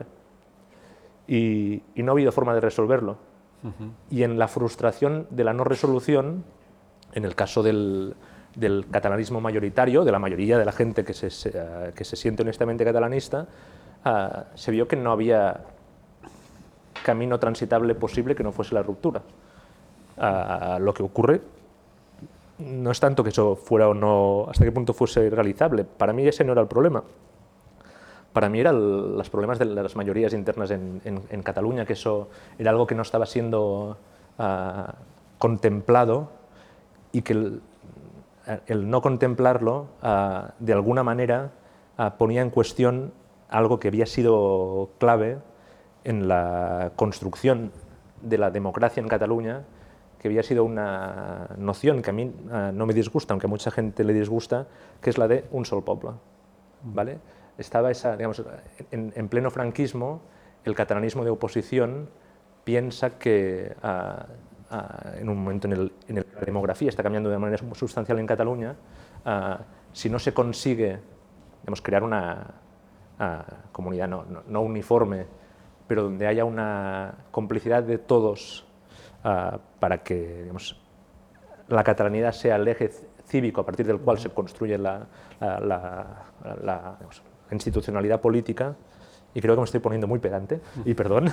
Y no ha habido forma de resolverlo. Y en la frustración de la no resolución, en el caso del catalanismo mayoritario, de la mayoría de la gente que se siente honestamente catalanista, se vio que no había camino transitable posible que no fuese la ruptura. Lo que ocurre no es tanto que eso fuera o no, hasta qué punto fuese realizable. Para mí ese no era el problema. Para mí eran los problemas de las mayorías internas en Cataluña, que eso era algo que no estaba siendo contemplado y que el no contemplarlo de alguna manera ponía en cuestión algo que había sido clave en la construcción de la democracia en Cataluña, que había sido una noción que a mí no me disgusta, aunque a mucha gente le disgusta, que es la de un sol poble, ¿vale? Estaba esa, digamos, en pleno franquismo, el catalanismo de oposición piensa que en un momento en el que la demografía está cambiando de manera sustancial en Cataluña, si no se consigue, digamos, crear una comunidad no uniforme, pero donde haya una complicidad de todos para que, digamos, la catalanidad sea el eje cívico a partir del cual se construye la institucionalidad política, y creo que me estoy poniendo muy pedante, y perdón,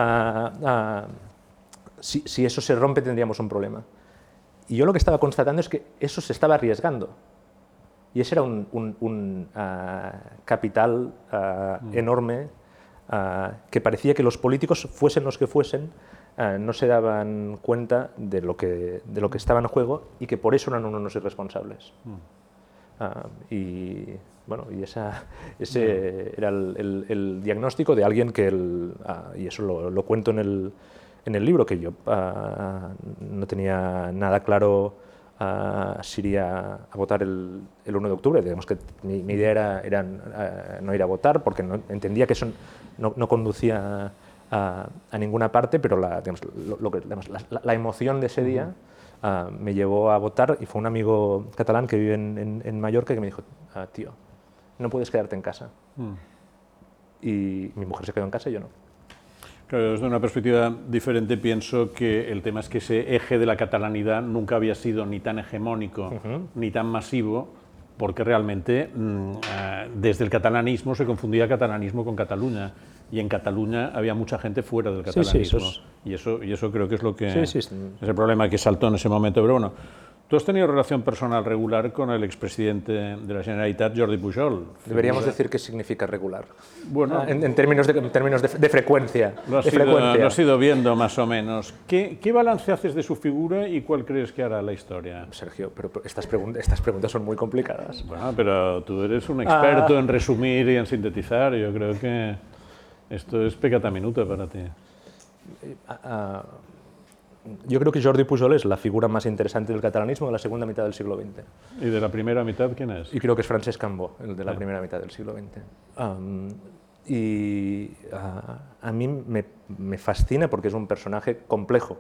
si eso se rompe tendríamos un problema. Y yo lo que estaba constatando es que eso se estaba arriesgando, y ese era un capital enorme, que parecía que los políticos, fuesen los que fuesen, no se daban cuenta de lo que estaba en juego, y que por eso eran unos irresponsables. Y bueno, y ese era el diagnóstico de alguien que, y eso lo cuento en el libro, que yo no tenía nada claro si iría a votar el 1 de octubre. Digamos que mi idea era no ir a votar, porque entendía que eso no conducía a ninguna parte, pero la emoción de ese día me llevó a votar, y fue un amigo catalán que vive en Mallorca que me dijo: tío, no puedes quedarte en casa. Y mi mujer se quedó en casa y yo no. Claro, desde una perspectiva diferente pienso que el tema es que ese eje de la catalanidad nunca había sido ni tan hegemónico ni tan masivo, porque realmente desde el catalanismo se confundía catalanismo con Cataluña, y en Cataluña había mucha gente fuera del catalanismo. Y eso creo que es lo que es el problema que saltó en ese momento. Pero bueno, tú has tenido relación personal regular con el expresidente de la Generalitat, Jordi Pujol. Deberíamos decir qué significa regular. Bueno, en términos de frecuencia. Lo has ido viendo más o menos. ¿Qué balance haces de su figura y cuál crees que hará la historia? Sergio, pero estas preguntas son muy complicadas. Bueno, pero tú eres un experto en resumir y en sintetizar. Yo creo que esto es peccata minuta para ti. Yo creo que Jordi Pujol es la figura más interesante del catalanismo de la segunda mitad del siglo XX. ¿Y de la primera mitad quién es? Y creo que es Francesc Cambó, el de la primera mitad del siglo XX. A mí me fascina porque es un personaje complejo.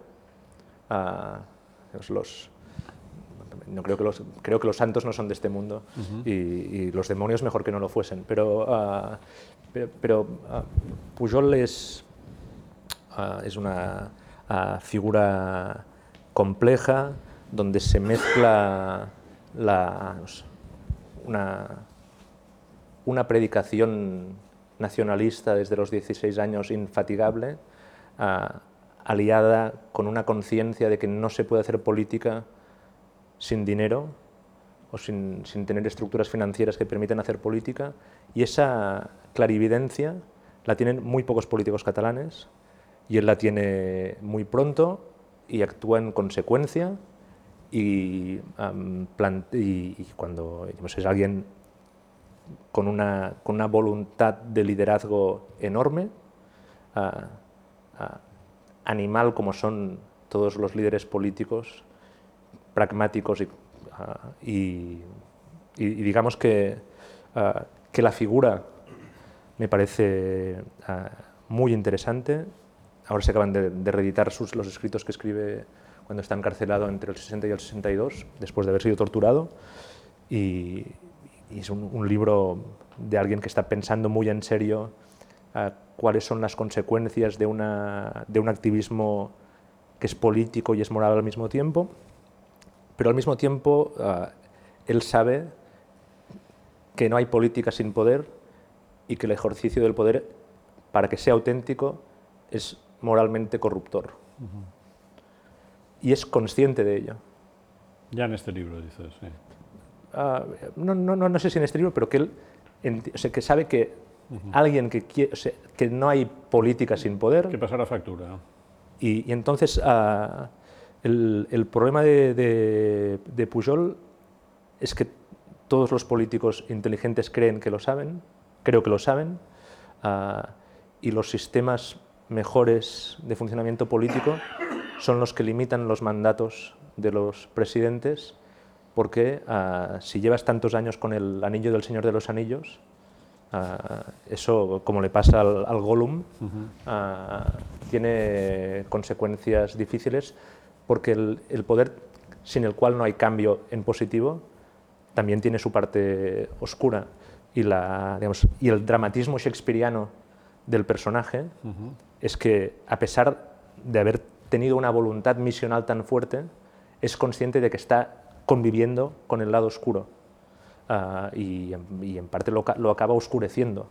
Creo que los santos no son de este mundo, y los demonios mejor que no lo fuesen. Pero Pujol es una figura compleja, donde se mezcla una predicación nacionalista desde los 16 años infatigable, aliada con una conciencia de que no se puede hacer política sin dinero o sin tener estructuras financieras que permitan hacer política, y esa clarividencia la tienen muy pocos políticos catalanes, y él la tiene muy pronto y actúa en consecuencia, y cuando es alguien con una voluntad de liderazgo enorme, animal como son todos los líderes políticos, pragmáticos, y digamos que la figura me parece muy interesante. Ahora se acaban de reeditar los escritos que escribe cuando está encarcelado entre el 60 y el 62, después de haber sido torturado, y es un libro de alguien que está pensando muy en serio cuáles son las consecuencias de un activismo que es político y es moral al mismo tiempo, pero al mismo tiempo él sabe que no hay política sin poder, y que el ejercicio del poder, para que sea auténtico, es moralmente corruptor. Y es consciente de ello. Ya en este libro dices, sí. No sé si en este libro, pero que él que sabe que alguien que quiere, que no hay política sin poder. Que pasará factura. Y entonces el problema de Pujol es que todos los políticos inteligentes creen que lo saben, creo que lo saben, y los sistemas mejores de funcionamiento político son los que limitan los mandatos de los presidentes, porque si llevas tantos años con el anillo del Señor de los Anillos, eso, como le pasa al Gollum, tiene consecuencias difíciles, porque el poder sin el cual no hay cambio en positivo también tiene su parte oscura, y el dramatismo shakespeariano del personaje es que, a pesar de haber tenido una voluntad misional tan fuerte, es consciente de que está conviviendo con el lado oscuro y en parte lo acaba oscureciendo.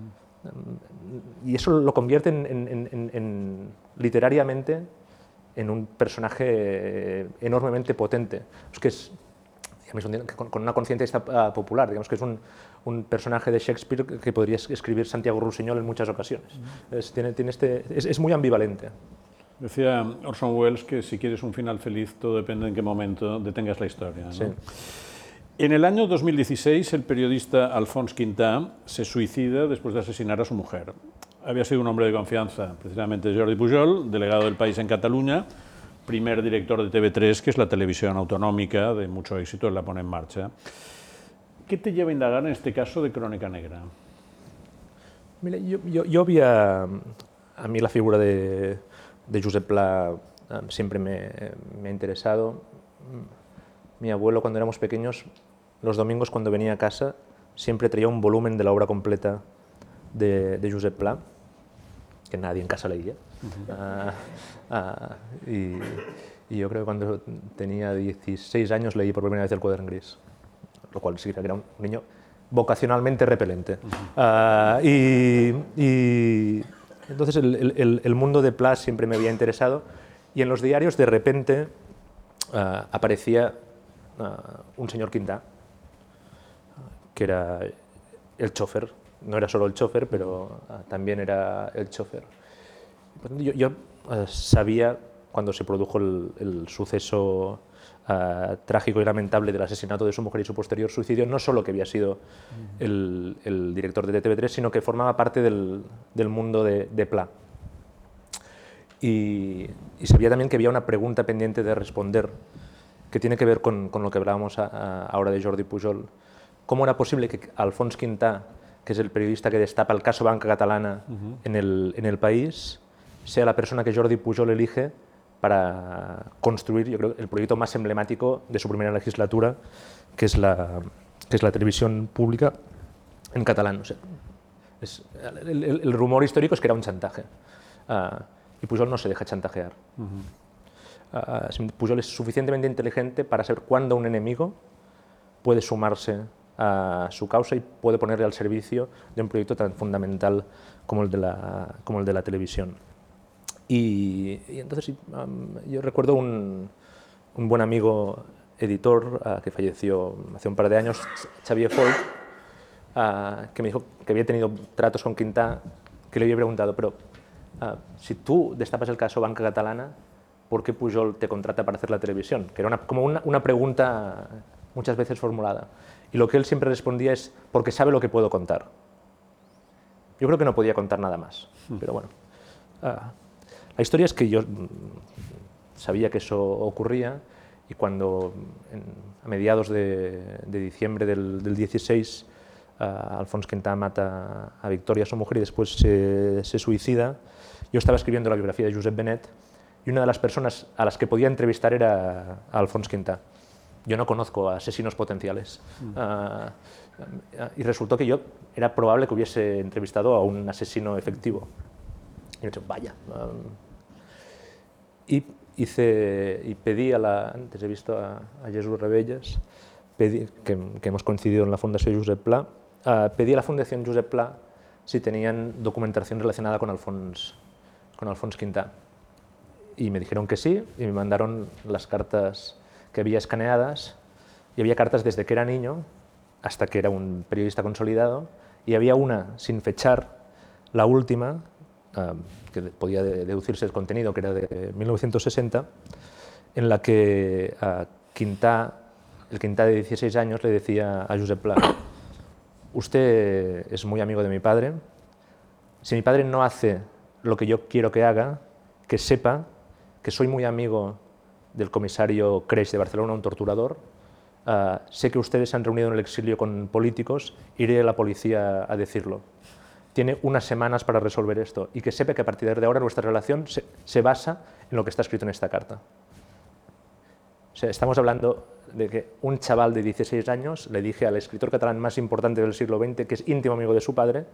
Y eso lo convierte literariamente en un personaje enormemente potente. Es que es, con una conciencia popular, digamos que es un personaje de Shakespeare que podría escribir Santiago Rusiñol en muchas ocasiones. Es muy ambivalente. Decía Orson Welles que si quieres un final feliz, todo depende en qué momento detengas la historia, ¿no? Sí. En el año 2016, el periodista Alfons Quintà se suicida después de asesinar a su mujer. Había sido un hombre de confianza, precisamente Jordi Pujol, delegado del País en Cataluña, primer director de TV3, que es la televisión autonómica de mucho éxito, la pone en marcha. ¿Qué te lleva a indagar en este caso de Crónica Negra? Mira, yo vi a mí la figura de Josep Pla siempre me ha interesado. Mi abuelo, cuando éramos pequeños, los domingos cuando venía a casa, siempre traía un volumen de la obra completa de Josep Pla, que nadie en casa leía. Y yo creo que cuando tenía 16 años leí por primera vez El Quadern Gris, lo cual significa que era un niño vocacionalmente repelente. Y entonces el mundo de Pla siempre me había interesado, y en los diarios de repente aparecía un señor Quintà, que era el chofer. No era solo el chofer, pero también era el chofer. Yo sabía, cuando se produjo el suceso trágico y lamentable del asesinato de su mujer y su posterior suicidio, no solo que había sido el director de TV3, sino que formaba parte del mundo de Pla. Y sabía también que había una pregunta pendiente de responder, que tiene que ver con lo que hablábamos ahora de Jordi Pujol. ¿Cómo era posible que Alfons Quintà, que es el periodista que destapa el caso Banca Catalana en el País, sea la persona que Jordi Pujol elige para construir, yo creo, el proyecto más emblemático de su primera legislatura, que es la televisión pública en catalán? O sea, el rumor histórico es que era un chantaje. Y Pujol no se deja chantajear. Pujol es suficientemente inteligente para saber cuándo un enemigo puede sumarse a su causa y puede ponerle al servicio de un proyecto tan fundamental como el de la televisión. Y entonces yo recuerdo un buen amigo editor que falleció hace un par de años, Xavier Folk, que me dijo que había tenido tratos con Quintà, que le había preguntado, pero si tú destapas el caso Banca Catalana, ¿por qué Pujol te contrata para hacer la televisión? Que era como una pregunta muchas veces formulada. Y lo que él siempre respondía es, porque sabe lo que puedo contar. Yo creo que no podía contar nada más, pero bueno. La historia es que yo sabía que eso ocurría, y cuando a mediados de diciembre del 16 Alfons Quintà mata a Victòria, su mujer, y después se suicida, yo estaba escribiendo la biografía de Josep Benet, y una de las personas a las que podía entrevistar era a Alfons Quintà. Yo no conozco a asesinos potenciales. Y resultó que era probable que hubiese entrevistado a un asesino efectivo. Y me he dicho, vaya. Y pedí antes he visto a Jesús Rebelles, que hemos coincidido en la Fundación Josep Pla, pedí a la Fundación Josep Pla si tenían documentación relacionada con Alfons Quintà. Y me dijeron que sí, y me mandaron las cartas que había escaneadas, y había cartas desde que era niño hasta que era un periodista consolidado, y había una sin fechar, la última, que podía deducirse el contenido, que era de 1960, en la que el Quintà de 16 años le decía a Josep Pla, usted es muy amigo de mi padre, si mi padre no hace lo que yo quiero que haga, que sepa que soy muy amigo del comisario Creix de Barcelona, un torturador, sé que ustedes se han reunido en el exilio con políticos, iré a la policía a decirlo. Tiene unas semanas para resolver esto, y que sepa que a partir de ahora nuestra relación se basa en lo que está escrito en esta carta. O sea, estamos hablando de que un chaval de 16 años le dije al escritor catalán más importante del siglo XX, que es íntimo amigo de su padre,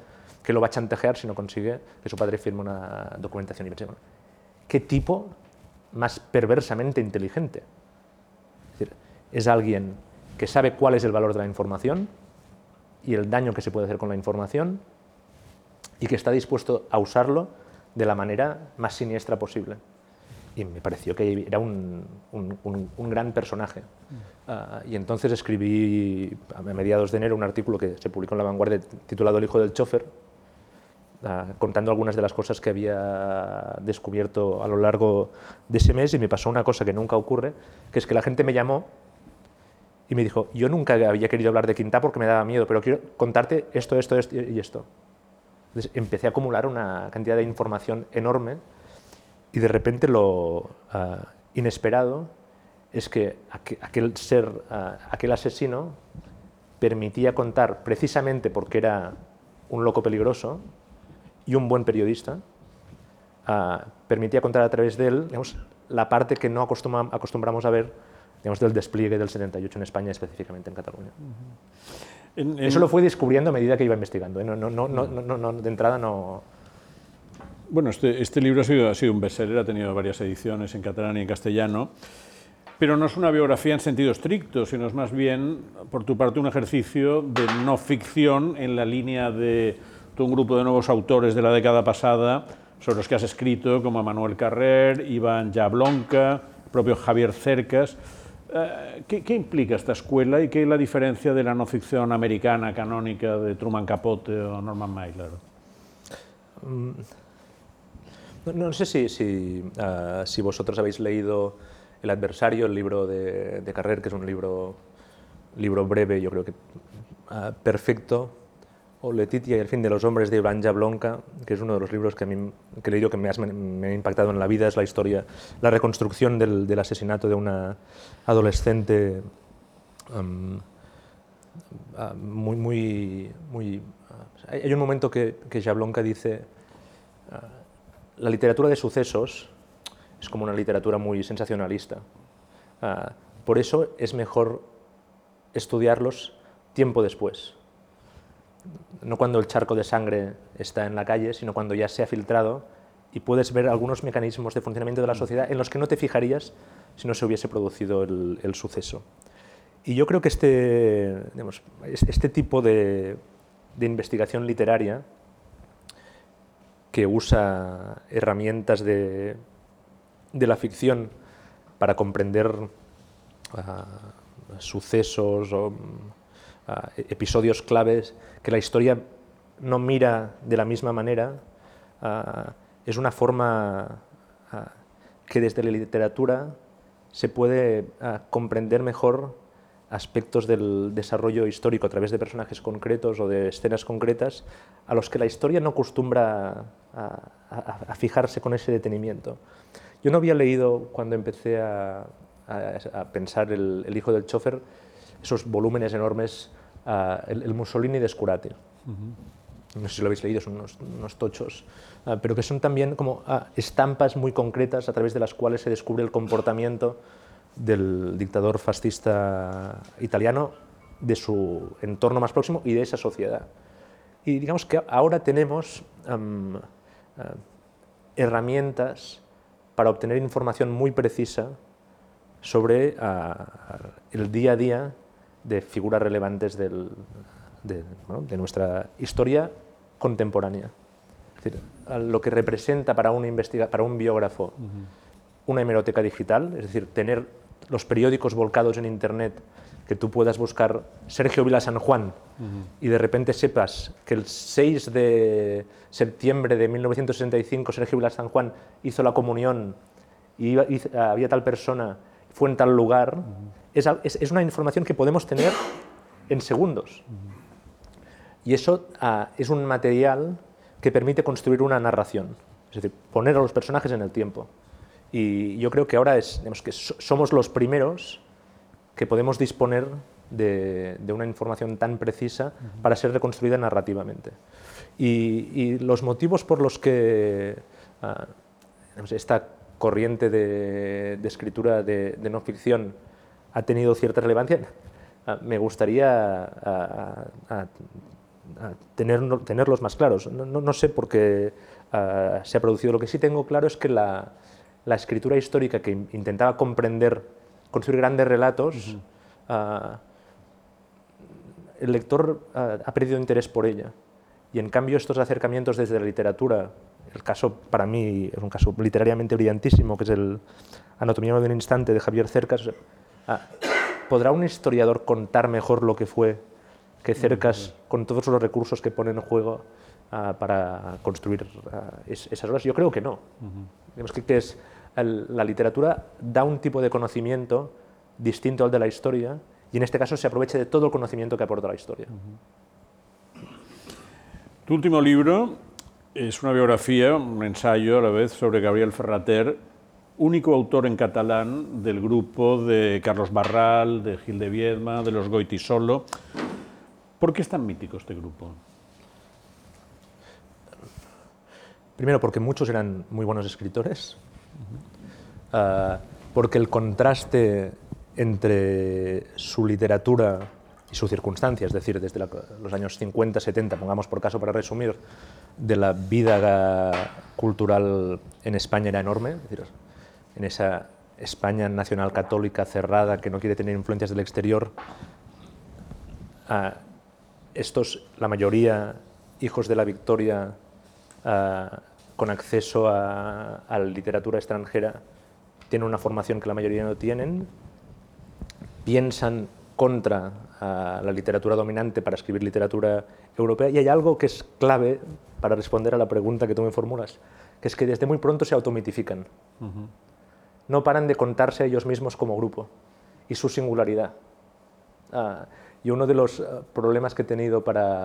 que lo va a chantajear si no consigue que su padre firme una documentación. Y pensé, bueno, ¿qué tipo más perversamente inteligente? Es decir, es alguien que sabe cuál es el valor de la información y el daño que se puede hacer con la información y que está dispuesto a usarlo de la manera más siniestra posible. Y me pareció que era un gran personaje. Y entonces escribí a mediados de enero un artículo que se publicó en La Vanguardia titulado El hijo del chofer, contando algunas de las cosas que había descubierto a lo largo de ese mes, y me pasó una cosa que nunca ocurre, que es que la gente me llamó y me dijo, yo nunca había querido hablar de Quintá porque me daba miedo, pero quiero contarte esto, esto, esto y esto. Entonces empecé a acumular una cantidad de información enorme y de repente lo inesperado es que aquel asesino permitía contar, precisamente porque era un loco peligroso y un buen periodista, permitía contar a través de él, digamos, la parte que no acostumbramos a ver, digamos, del despliegue del 78 en España, específicamente en Cataluña. Eso lo fui descubriendo a medida que iba investigando, ¿eh? De entrada no... Bueno, este libro ha sido un bestseller, ha tenido varias ediciones en catalán y en castellano, pero no es una biografía en sentido estricto, sino es más bien, por tu parte, un ejercicio de no ficción en la línea de todo un grupo de nuevos autores de la década pasada, sobre los que has escrito, como Manuel Carrer, Iván Jablonka, el propio Javier Cercas. ¿Qué implica esta escuela y qué es la diferencia de la no ficción americana canónica de Truman Capote o Norman Mailer? No sé si vosotros habéis leído El adversario, el libro de Carrer, que es un libro breve, yo creo que perfecto, o Letitia y el fin de los hombres de Iván Jablonka, que es uno de los libros que he leído que me ha impactado en la vida. Es la historia, la reconstrucción del asesinato de una adolescente hay un momento que Jablonka dice, la literatura de sucesos es como una literatura muy sensacionalista. Por eso es mejor estudiarlos tiempo después. No cuando el charco de sangre está en la calle, sino cuando ya se ha filtrado y puedes ver algunos mecanismos de funcionamiento de la sociedad en los que no te fijarías si no se hubiese producido el suceso. Y yo creo que este tipo de investigación literaria, que usa herramientas de la ficción para comprender sucesos o episodios claves que la historia no mira de la misma manera, es una forma que desde la literatura se puede comprender mejor aspectos del desarrollo histórico a través de personajes concretos o de escenas concretas a los que la historia no acostumbra a fijarse con ese detenimiento. Yo no había leído, cuando empecé a pensar el hijo del chofer, esos volúmenes enormes, el Mussolini de Scurati. No sé si lo habéis leído, son unos tochos, pero que son también como estampas muy concretas a través de las cuales se descubre el comportamiento del dictador fascista italiano, de su entorno más próximo y de esa sociedad. Y digamos que ahora tenemos herramientas para obtener información muy precisa sobre el día a día de figuras relevantes de nuestra historia contemporánea. Es decir, lo que representa para un biógrafo una hemeroteca digital, es decir, tener los periódicos volcados en Internet, que tú puedas buscar Sergio Vila San Juan y de repente sepas que el 6 de septiembre de 1965 Sergio Vila San Juan hizo la comunión y había tal persona, fue en tal lugar, es una información que podemos tener en segundos. Y eso es un material que permite construir una narración, es decir, poner a los personajes en el tiempo. Y yo creo que ahora que somos los primeros que podemos disponer de una información tan precisa para ser reconstruida narrativamente. Y los motivos por los que esta corriente de escritura de no ficción ha tenido cierta relevancia, me gustaría tenerlos más claros. No sé por qué se ha producido. Lo que sí tengo claro es que la escritura histórica que intentaba construir grandes relatos, el lector ha perdido interés por ella. Y en cambio estos acercamientos desde la literatura, el caso para mí es un caso literariamente brillantísimo, que es el Anatomía de un instante de Javier Cercas. ¿Podrá un historiador contar mejor lo que fue que Cercas, con todos los recursos que pone en juego para construir esas obras? Yo creo que no. Digamos que la literatura da un tipo de conocimiento distinto al de la historia, y en este caso se aprovecha de todo el conocimiento que aporta la historia. Tu último libro es una biografía, un ensayo a la vez sobre Gabriel Ferrater, único autor en catalán del grupo de Carlos Barral, de Gil de Viedma, de los Goytisolo. ¿Por qué es tan mítico este grupo? Primero, porque muchos eran muy buenos escritores, porque el contraste entre su literatura y su circunstancia, es decir, desde los años 50, 70, pongamos por caso para resumir, de la vida cultural en España era enorme. Es decir, en esa España nacional católica cerrada que no quiere tener influencias del exterior, estos, la mayoría, hijos de la Victoria, con acceso a la literatura extranjera, tienen una formación que la mayoría no tienen, piensan contra la literatura dominante para escribir literatura europea, y hay algo que es clave para responder a la pregunta que tú me formulas, que es que desde muy pronto se automitifican. No paran de contarse a ellos mismos como grupo y su singularidad. Y uno de los problemas que he tenido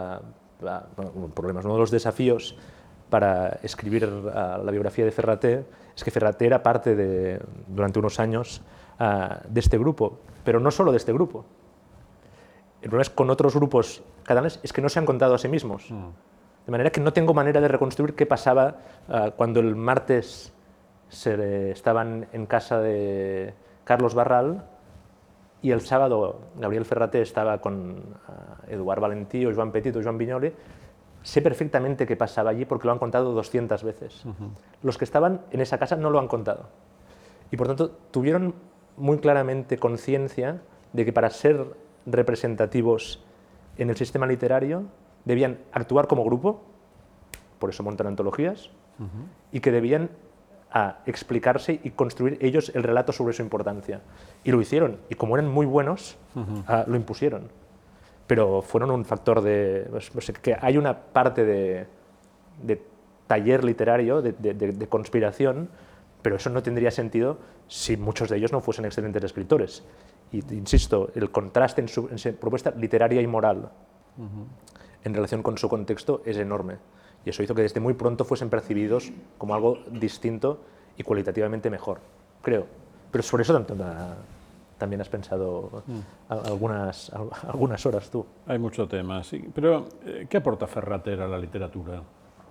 uno de los desafíos para escribir la biografía de Ferrater es que Ferrater era parte durante unos años de este grupo, pero no solo de este grupo. El problema es con otros grupos catalanes es que no se han contado a sí mismos. De manera que no tengo manera de reconstruir qué pasaba cuando el martes estaban en casa de Carlos Barral y el sábado Gabriel Ferrater estaba con Eduard Valentí o Joan Petit o Joan Vinyoli. Sé perfectamente qué pasaba allí porque lo han contado 200 veces. Los que estaban en esa casa no lo han contado. Y por tanto tuvieron muy claramente conciencia de que para ser representativos en el sistema literario debían actuar como grupo, por eso montan antologías, y que debían explicarse y construir ellos el relato sobre su importancia. Y lo hicieron, y como eran muy buenos, lo impusieron. Pero fueron un factor que hay una parte de taller literario, de conspiración, pero eso no tendría sentido si muchos de ellos no fuesen excelentes escritores. Y insisto, el contraste en su propuesta literaria y moral en relación con su contexto es enorme. Y eso hizo que desde muy pronto fuesen percibidos como algo distinto y cualitativamente mejor, creo. Pero sobre eso también has pensado algunas horas tú. Hay mucho tema, sí. Pero, ¿qué aporta Ferrater a la literatura?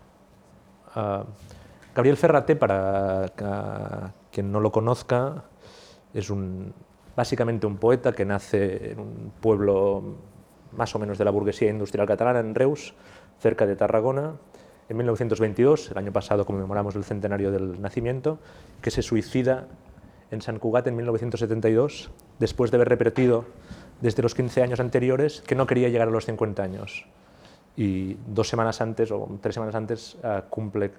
Gabriel Ferrater, para quien no lo conozca, es básicamente un poeta que nace en un pueblo más o menos de la burguesía industrial catalana, en Reus, cerca de Tarragona, en 1922, el año pasado conmemoramos el centenario del nacimiento, que se suicida en Sant Cugat en 1972, después de haber repetido desde los 15 años anteriores que no quería llegar a los 50 años. Y 2 semanas antes o 3 semanas antes cumple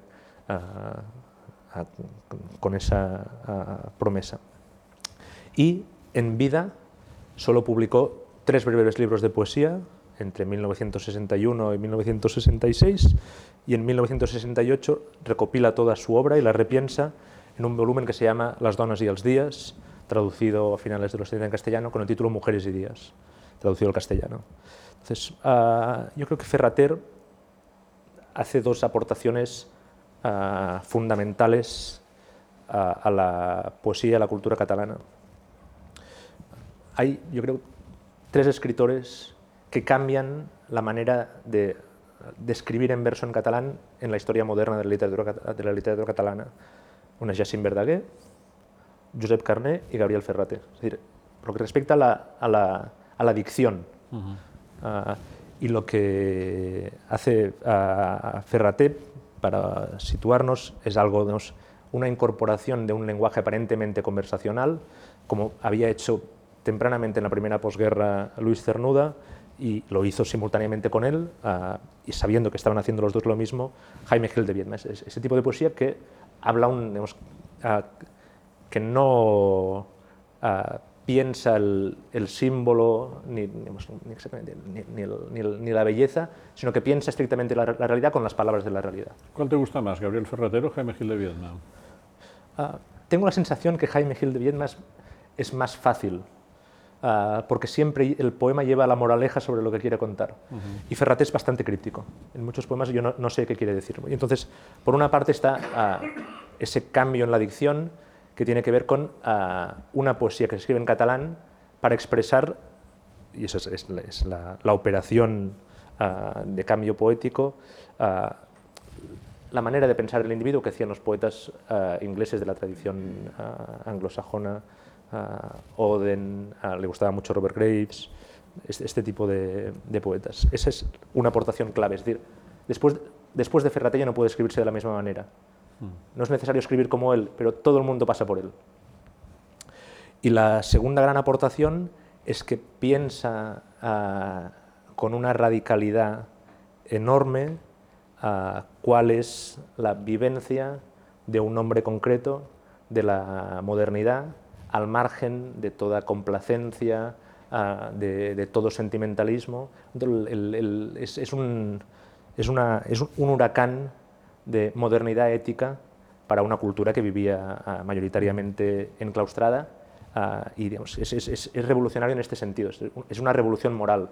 con esa promesa. Y en vida solo publicó 3 breves libros de poesía entre 1961 y 1966, y en 1968 recopila toda su obra y la repiensa en un volumen que se llama Las dones y els dies, traducido a finales de los 70 en castellano con el título Mujeres y días, traducido al castellano. Entonces, yo creo que Ferrater hace 2 aportaciones fundamentales a la poesía y a la cultura catalana. Hay, yo creo, 3 escritores que cambian la manera de escribir en verso en catalán en la historia moderna de la literatura catalana. Una es Jacint Verdaguer, Josep Carner y Gabriel Ferrater. Es decir, por lo que respecta a la dicción. Y lo que hace a Ferraté, para situarnos, es algo, digamos, una incorporación de un lenguaje aparentemente conversacional, como había hecho tempranamente en la primera posguerra Luis Cernuda, y lo hizo simultáneamente con él, y sabiendo que estaban haciendo los dos lo mismo, Jaime Gil de Viedma. Ese tipo de poesía que habla que no piensa el símbolo ni la belleza, sino que piensa estrictamente la realidad con las palabras de la realidad. ¿Cuál te gusta más, Gabriel Ferrater o Jaime Gil de Viedma? Tengo la sensación que Jaime Gil de Viedma es más fácil, porque siempre el poema lleva la moraleja sobre lo que quiere contar. Y Ferraté es bastante críptico. En muchos poemas yo no sé qué quiere decir. Y entonces, por una parte está ese cambio en la dicción que tiene que ver con una poesía que se escribe en catalán para expresar, y eso es la operación de cambio poético, la manera de pensar el individuo que hacían los poetas ingleses de la tradición anglosajona. Oden, le gustaba mucho Robert Graves, este tipo de poetas. Esa es una aportación clave. Es decir, después de Ferraté ya no puede escribirse de la misma manera. No es necesario escribir como él, pero todo el mundo pasa por él. Y la segunda gran aportación es que piensa con una radicalidad enorme cuál es la vivencia de un hombre concreto de la modernidad, al margen de toda complacencia, de todo sentimentalismo. Es un huracán de modernidad ética para una cultura que vivía mayoritariamente enclaustrada, y digamos, es revolucionario en este sentido, es una revolución moral.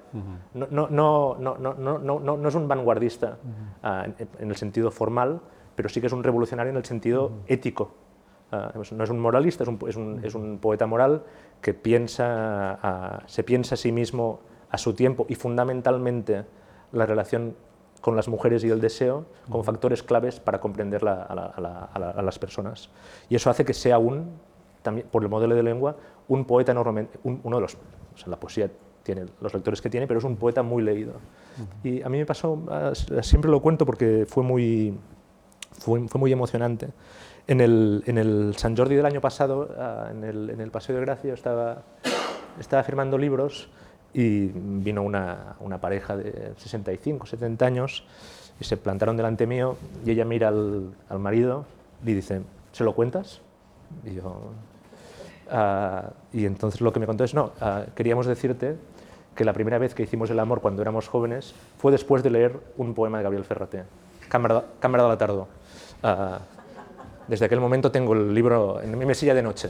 No es un vanguardista en el sentido formal, pero sí que es un revolucionario en el sentido ético. No es un moralista, es un poeta moral que se piensa a sí mismo, a su tiempo, y fundamentalmente la relación con las mujeres y el deseo como factores claves para comprender a las personas. Y eso hace que sea también por el modelo de lengua, un poeta enormemente, uno de los, o sea, la poesía tiene los lectores que tiene, pero es un poeta muy leído. Y a mí me pasó, siempre lo cuento porque fue muy emocionante. En el Sant Jordi del año pasado, en el Paseo de Gracia, estaba firmando libros y vino una pareja de 65, 70 años y se plantaron delante mío y ella mira al marido y dice, ¿se lo cuentas? Y yo... y entonces lo que me contó es, no, queríamos decirte que la primera vez que hicimos el amor cuando éramos jóvenes fue después de leer un poema de Gabriel Ferraté, Cámara de la Tardor. Desde aquel momento tengo el libro en mi mesilla de noche.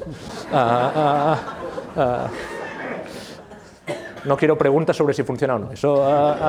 No quiero preguntas sobre si funciona o no. Eso,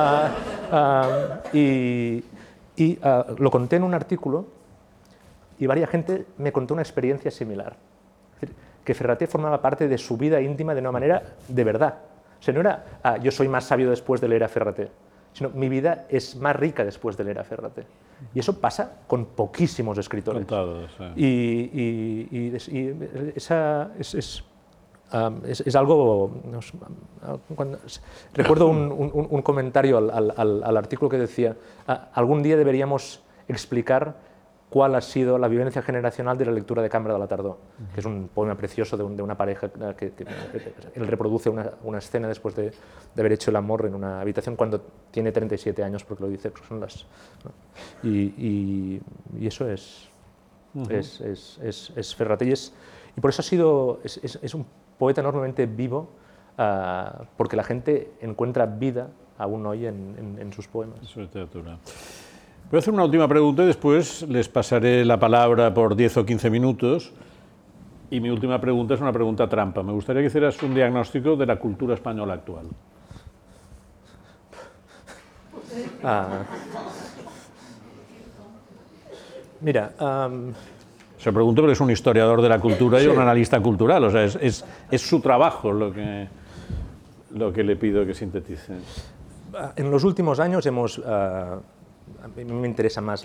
lo conté en un artículo y varias gente me contó una experiencia similar. Es decir, que Ferraté formaba parte de su vida íntima de una manera de verdad. O sea, no era yo soy más sabio después de leer a Ferraté, sino mi vida es más rica después de leer a Ferraté. Y eso pasa con poquísimos escritores. Contados, sí. Y esa es algo... recuerdo un comentario al artículo que decía algún día deberíamos explicar cuál ha sido la vivencia generacional de la lectura de Cámara de la Tardor, que es un poema precioso de una pareja que él reproduce una escena después de haber hecho el amor en una habitación cuando tiene 37 años, porque lo dice, son las... ¿no? Y eso es Ferraté, y por eso es un poeta enormemente vivo, porque la gente encuentra vida aún hoy en sus poemas. Su literatura. Voy a hacer una última pregunta y después les pasaré la palabra por 10 o 15 minutos. Y mi última pregunta es una pregunta trampa. Me gustaría que hicieras un diagnóstico de la cultura española actual. Mira... Se pregunto porque es un historiador de la cultura y un analista cultural. O sea, es su trabajo lo que le pido que sintetice. En los últimos años hemos... a mí me interesa más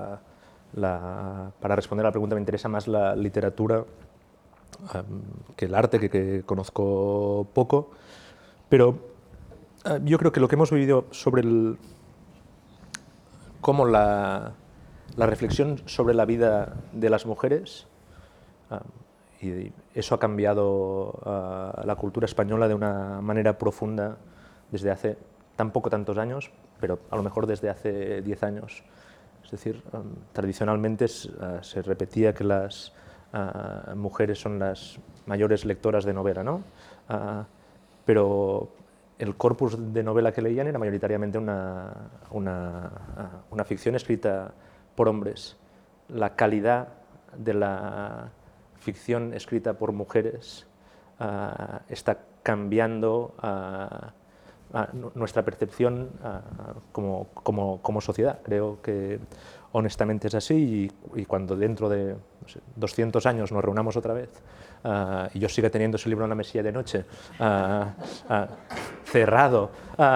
para responder a la pregunta, me interesa más la literatura que el arte, que conozco poco, pero Yo creo que lo que hemos vivido sobre cómo la reflexión sobre la vida de las mujeres, y eso ha cambiado la cultura española de una manera profunda desde hace tampoco tantos años, pero a lo mejor desde hace 10 años. Es decir, tradicionalmente se repetía que las mujeres son las mayores lectoras de novela, ¿no? Pero el corpus de novela que leían era mayoritariamente una ficción escrita por hombres. La calidad de la ficción escrita por mujeres está cambiando nuestra percepción como sociedad. Creo que honestamente es así, y cuando dentro de, no sé, 200 años nos reunamos otra vez y yo siga teniendo ese libro en la mesilla de noche cerrado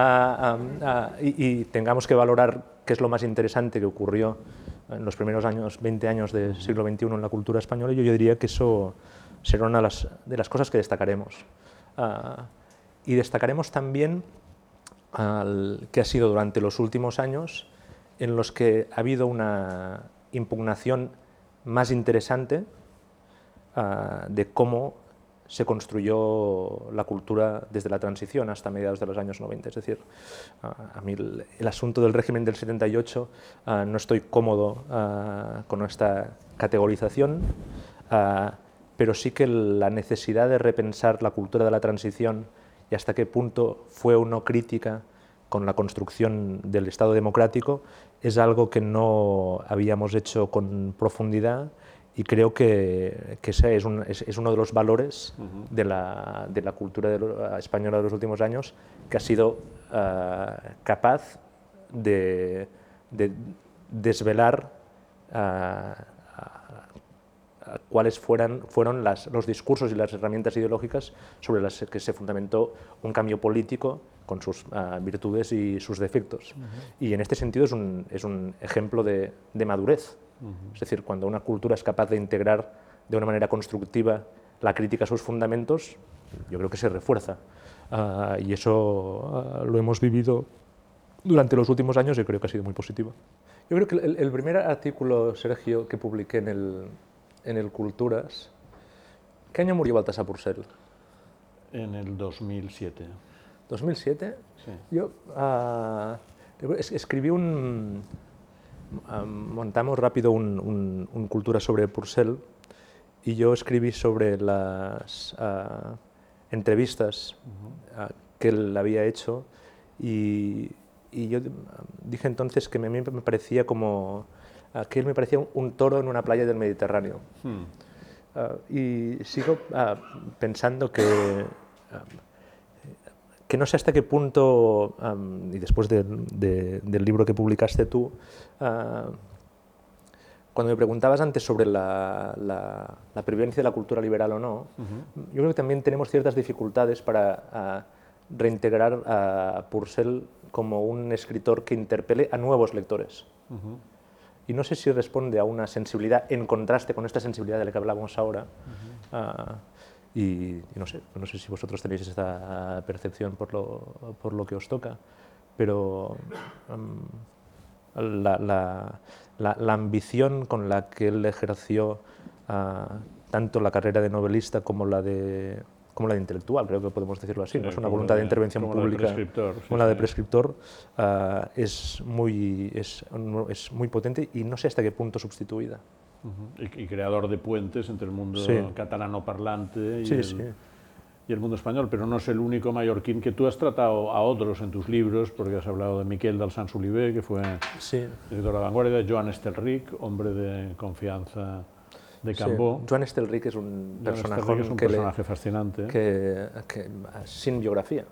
y tengamos que valorar qué es lo más interesante que ocurrió en los primeros 20 años del siglo XXI en la cultura española, yo diría que eso será una de las cosas que destacaremos. Y destacaremos también que ha sido durante los últimos años en los que ha habido una impugnación más interesante de cómo se construyó la cultura desde la transición hasta mediados de los años 90. Es decir, a mí el asunto del régimen del 78 no estoy cómodo con esta categorización, pero sí que la necesidad de repensar la cultura de la transición y hasta qué punto fue o no crítica con la construcción del Estado democrático es algo que no habíamos hecho con profundidad, y creo que ese es uno de los valores de la cultura española de los últimos años, que ha sido capaz de desvelar cuáles fueron los discursos y las herramientas ideológicas sobre las que se fundamentó un cambio político con sus virtudes y sus defectos. Y en este sentido es un ejemplo de madurez. Es decir, cuando una cultura es capaz de integrar de una manera constructiva la crítica a sus fundamentos, yo creo que se refuerza. Y eso lo hemos vivido durante los últimos años y creo que ha sido muy positivo. Yo creo que el primer artículo, Sergio, que publiqué en el Culturas... ¿Qué año murió Baltasar Porcel? En el 2007. ¿2007? Sí. Yo escribí montamos rápido un Cultura sobre Porcel, y yo escribí sobre las entrevistas que él había hecho, y yo dije entonces que a mí me parecía que él me parecía un toro en una playa del Mediterráneo. Y sigo pensando que no sé hasta qué punto, y después del libro que publicaste tú, cuando me preguntabas antes sobre la pervivencia de la cultura liberal o no, yo creo que también tenemos ciertas dificultades para reintegrar a Porcel como un escritor que interpele a nuevos lectores. Y no sé si responde a una sensibilidad en contraste con esta sensibilidad de la que hablábamos ahora. Y no sé si vosotros tenéis esta percepción por lo que os toca, pero la ambición con la que él ejerció tanto la carrera de novelista como la de intelectual, creo que podemos decirlo así, sí, ¿no? Es una voluntad de intervención pública, como la de prescriptor, es muy potente, y no sé hasta qué punto sustituida. Y creador de puentes entre el mundo catalano parlante y el mundo español, pero no es el único mallorquín. Que tú has tratado a otros en tus libros, porque has hablado de Miquel del Sansolibé, que fue editor de La Vanguardia, Joan Estelric, hombre de confianza de Cambó. Joan Estelric es un personaje fascinante, que sin biografía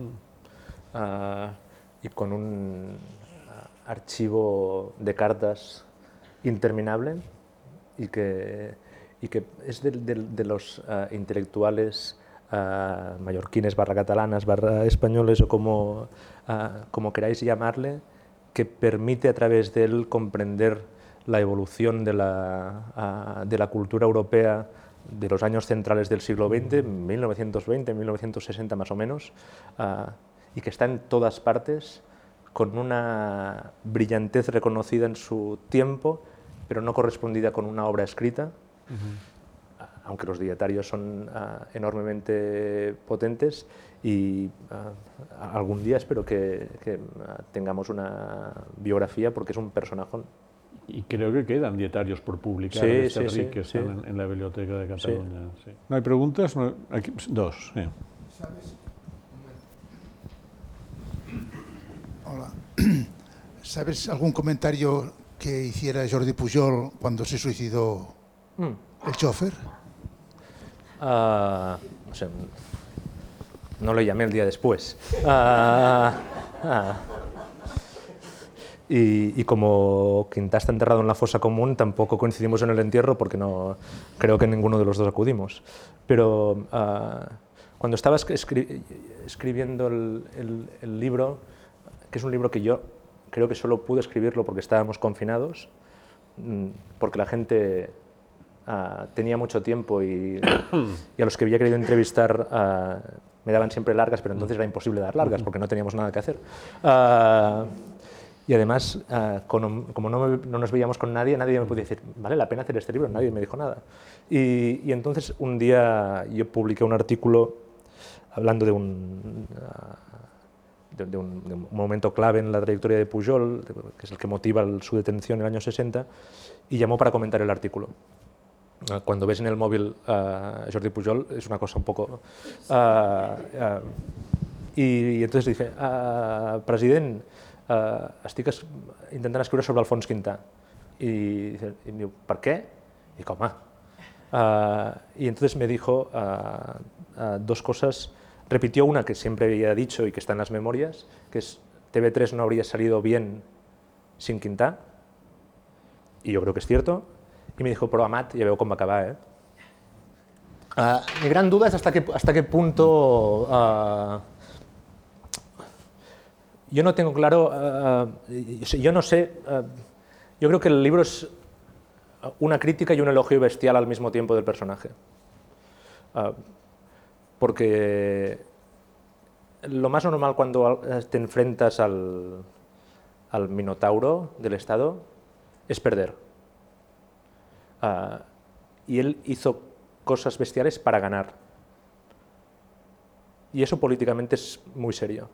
y con un archivo de cartas interminable, y que es de los intelectuales mallorquines / catalanas / españoles, o como queráis llamarle, que permite a través de él comprender la evolución de la cultura europea de los años centrales del siglo XX, 1920, 1960 más o menos, y que está en todas partes, con una brillantez reconocida en su tiempo, pero no correspondida con una obra escrita, aunque los dietarios son enormemente potentes, y algún día espero que tengamos una biografía, porque es un personaje. Y creo que quedan dietarios por publicar Sí, de este sí, RIC que sí, están en la Biblioteca de Cataluña. Sí. ¿No hay preguntas? No, aquí, dos. Sí. ¿Sabes? Hola. ¿Sabes algún comentario que hiciera Jordi Pujol cuando se suicidó el chofer? No sé, no le llamé el día después. Y como Quintà está enterrado en la fosa común, tampoco coincidimos en el entierro, porque no creo que ninguno de los dos acudimos. Pero cuando estaba escribiendo el libro, que es un libro que yo creo que solo pude escribirlo porque estábamos confinados, porque la gente tenía mucho tiempo y a los que había querido entrevistar me daban siempre largas, pero entonces era imposible dar largas porque no teníamos nada que hacer. Y además, como no nos veíamos con nadie, nadie me podía decir, vale la pena hacer este libro, nadie me dijo nada. Y entonces un día yo publiqué un artículo hablando de un momento clave en la trayectoria de Pujol, que es el que motiva su detención en el año 60, y llamó para comentar el artículo. Cuando ves en el móvil Jordi Pujol es una cosa un poco... I entonces dice, president, estic intentant escriure sobre Alfons Quintà. Y diu, ¿por qué? Y digo, y entonces me dijo dos cosas. Repitió una que siempre había dicho y que está en las memorias, que es TV3 no habría salido bien sin Quintà. Y yo creo que es cierto. Y me dijo, pero Amat, ya veo cómo va a acabar, mi gran duda es hasta qué punto... yo no tengo claro, yo no sé, yo creo que el libro es una crítica y un elogio bestial al mismo tiempo del personaje. Porque lo más normal cuando te enfrentas al minotauro del Estado es perder. Y él hizo cosas bestiales para ganar. Y eso políticamente es muy serio.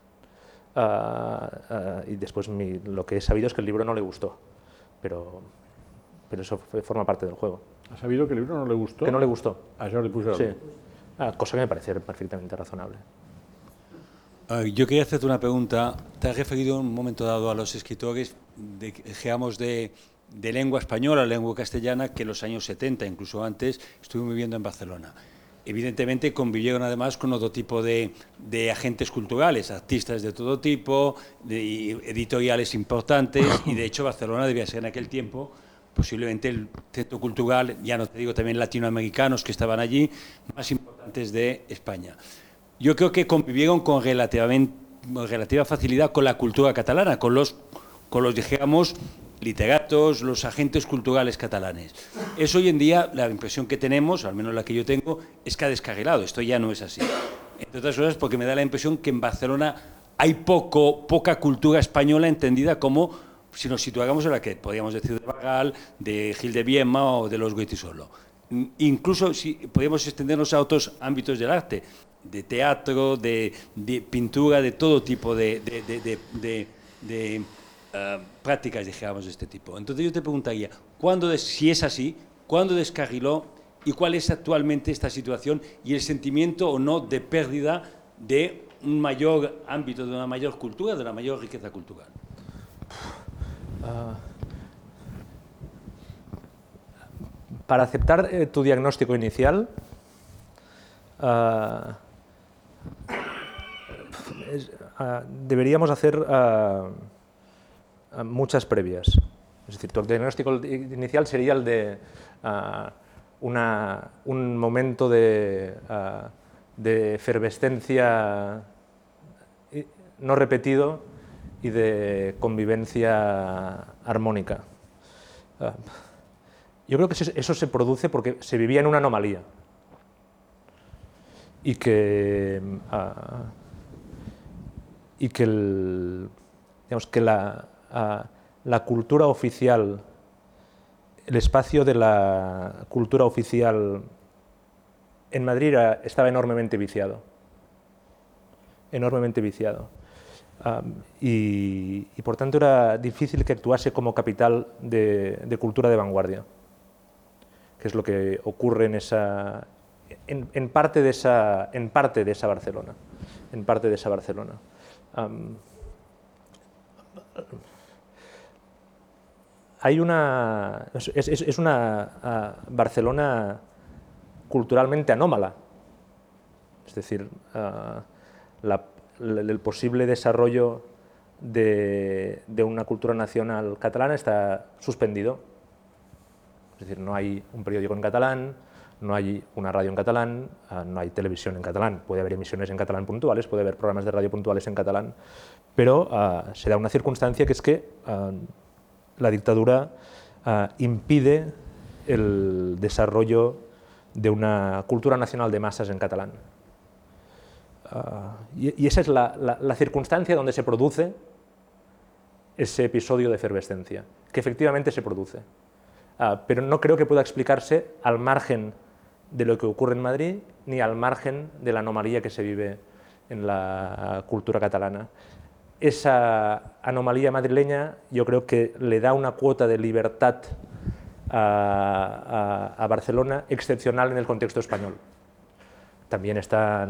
Y después lo que he sabido es que el libro no le gustó, pero eso forma parte del juego. ¿Ha sabido que el libro no le gustó? Que no le gustó. A Jordi Pujol. Sí. Cosa que me parece perfectamente razonable. Yo quería hacerte una pregunta. Te has referido en un momento dado a los escritores, digamos, de lengua española, lengua castellana, que en los años 70, incluso antes, estuvieron viviendo en Barcelona. Evidentemente convivieron además con otro tipo de agentes culturales, artistas de todo tipo, editoriales importantes, y de hecho Barcelona debía ser en aquel tiempo posiblemente el centro cultural, ya no te digo también latinoamericanos que estaban allí, más importantes de España. Yo creo que convivieron con relativa facilidad con la cultura catalana, con los digamos, literatos, los agentes culturales catalanes. Eso hoy en día, la impresión que tenemos, al menos la que yo tengo, es que ha descarrilado. Esto ya no es así. Entre otras cosas porque me da la impresión que en Barcelona hay poca cultura española entendida como, si nos situáramos en la que podríamos decir de Barral, de Gil de Viema o de los Goytisolo. Incluso si podríamos extendernos a otros ámbitos del arte, de teatro, de pintura, de todo tipo de prácticas, digamos, de este tipo. Entonces yo te preguntaría, si es así, ¿cuándo descarriló y cuál es actualmente esta situación y el sentimiento o no de pérdida de un mayor ámbito, de una mayor cultura, de una mayor riqueza cultural? Para aceptar tu diagnóstico inicial, deberíamos hacer muchas previas. Es decir, tu diagnóstico inicial sería el de un momento de efervescencia no repetido y de convivencia armónica. Yo creo que eso se produce porque se vivía en una anomalía y que y que, digamos, que la cultura oficial, el espacio de la cultura oficial en Madrid estaba enormemente viciado. Enormemente viciado. Y por tanto era difícil que actuase como capital de cultura de vanguardia, que es lo que ocurre en parte de esa Barcelona. En parte de esa Barcelona. Es una Barcelona culturalmente anómala. Es decir, el posible desarrollo de una cultura nacional catalana está suspendido. Es decir, no hay un periódico en catalán, no hay una radio en catalán, no hay televisión en catalán. Puede haber emisiones en catalán puntuales, puede haber programas de radio puntuales en catalán, pero se da una circunstancia que es que la dictadura impide el desarrollo de una cultura nacional de masas en catalán. Y esa es la circunstancia donde se produce ese episodio de efervescencia, que efectivamente se produce. Pero no creo que pueda explicarse al margen de lo que ocurre en Madrid, ni al margen de la anomalía que se vive en la cultura catalana. Esa anomalía madrileña yo creo que le da una cuota de libertad a Barcelona excepcional en el contexto español. También está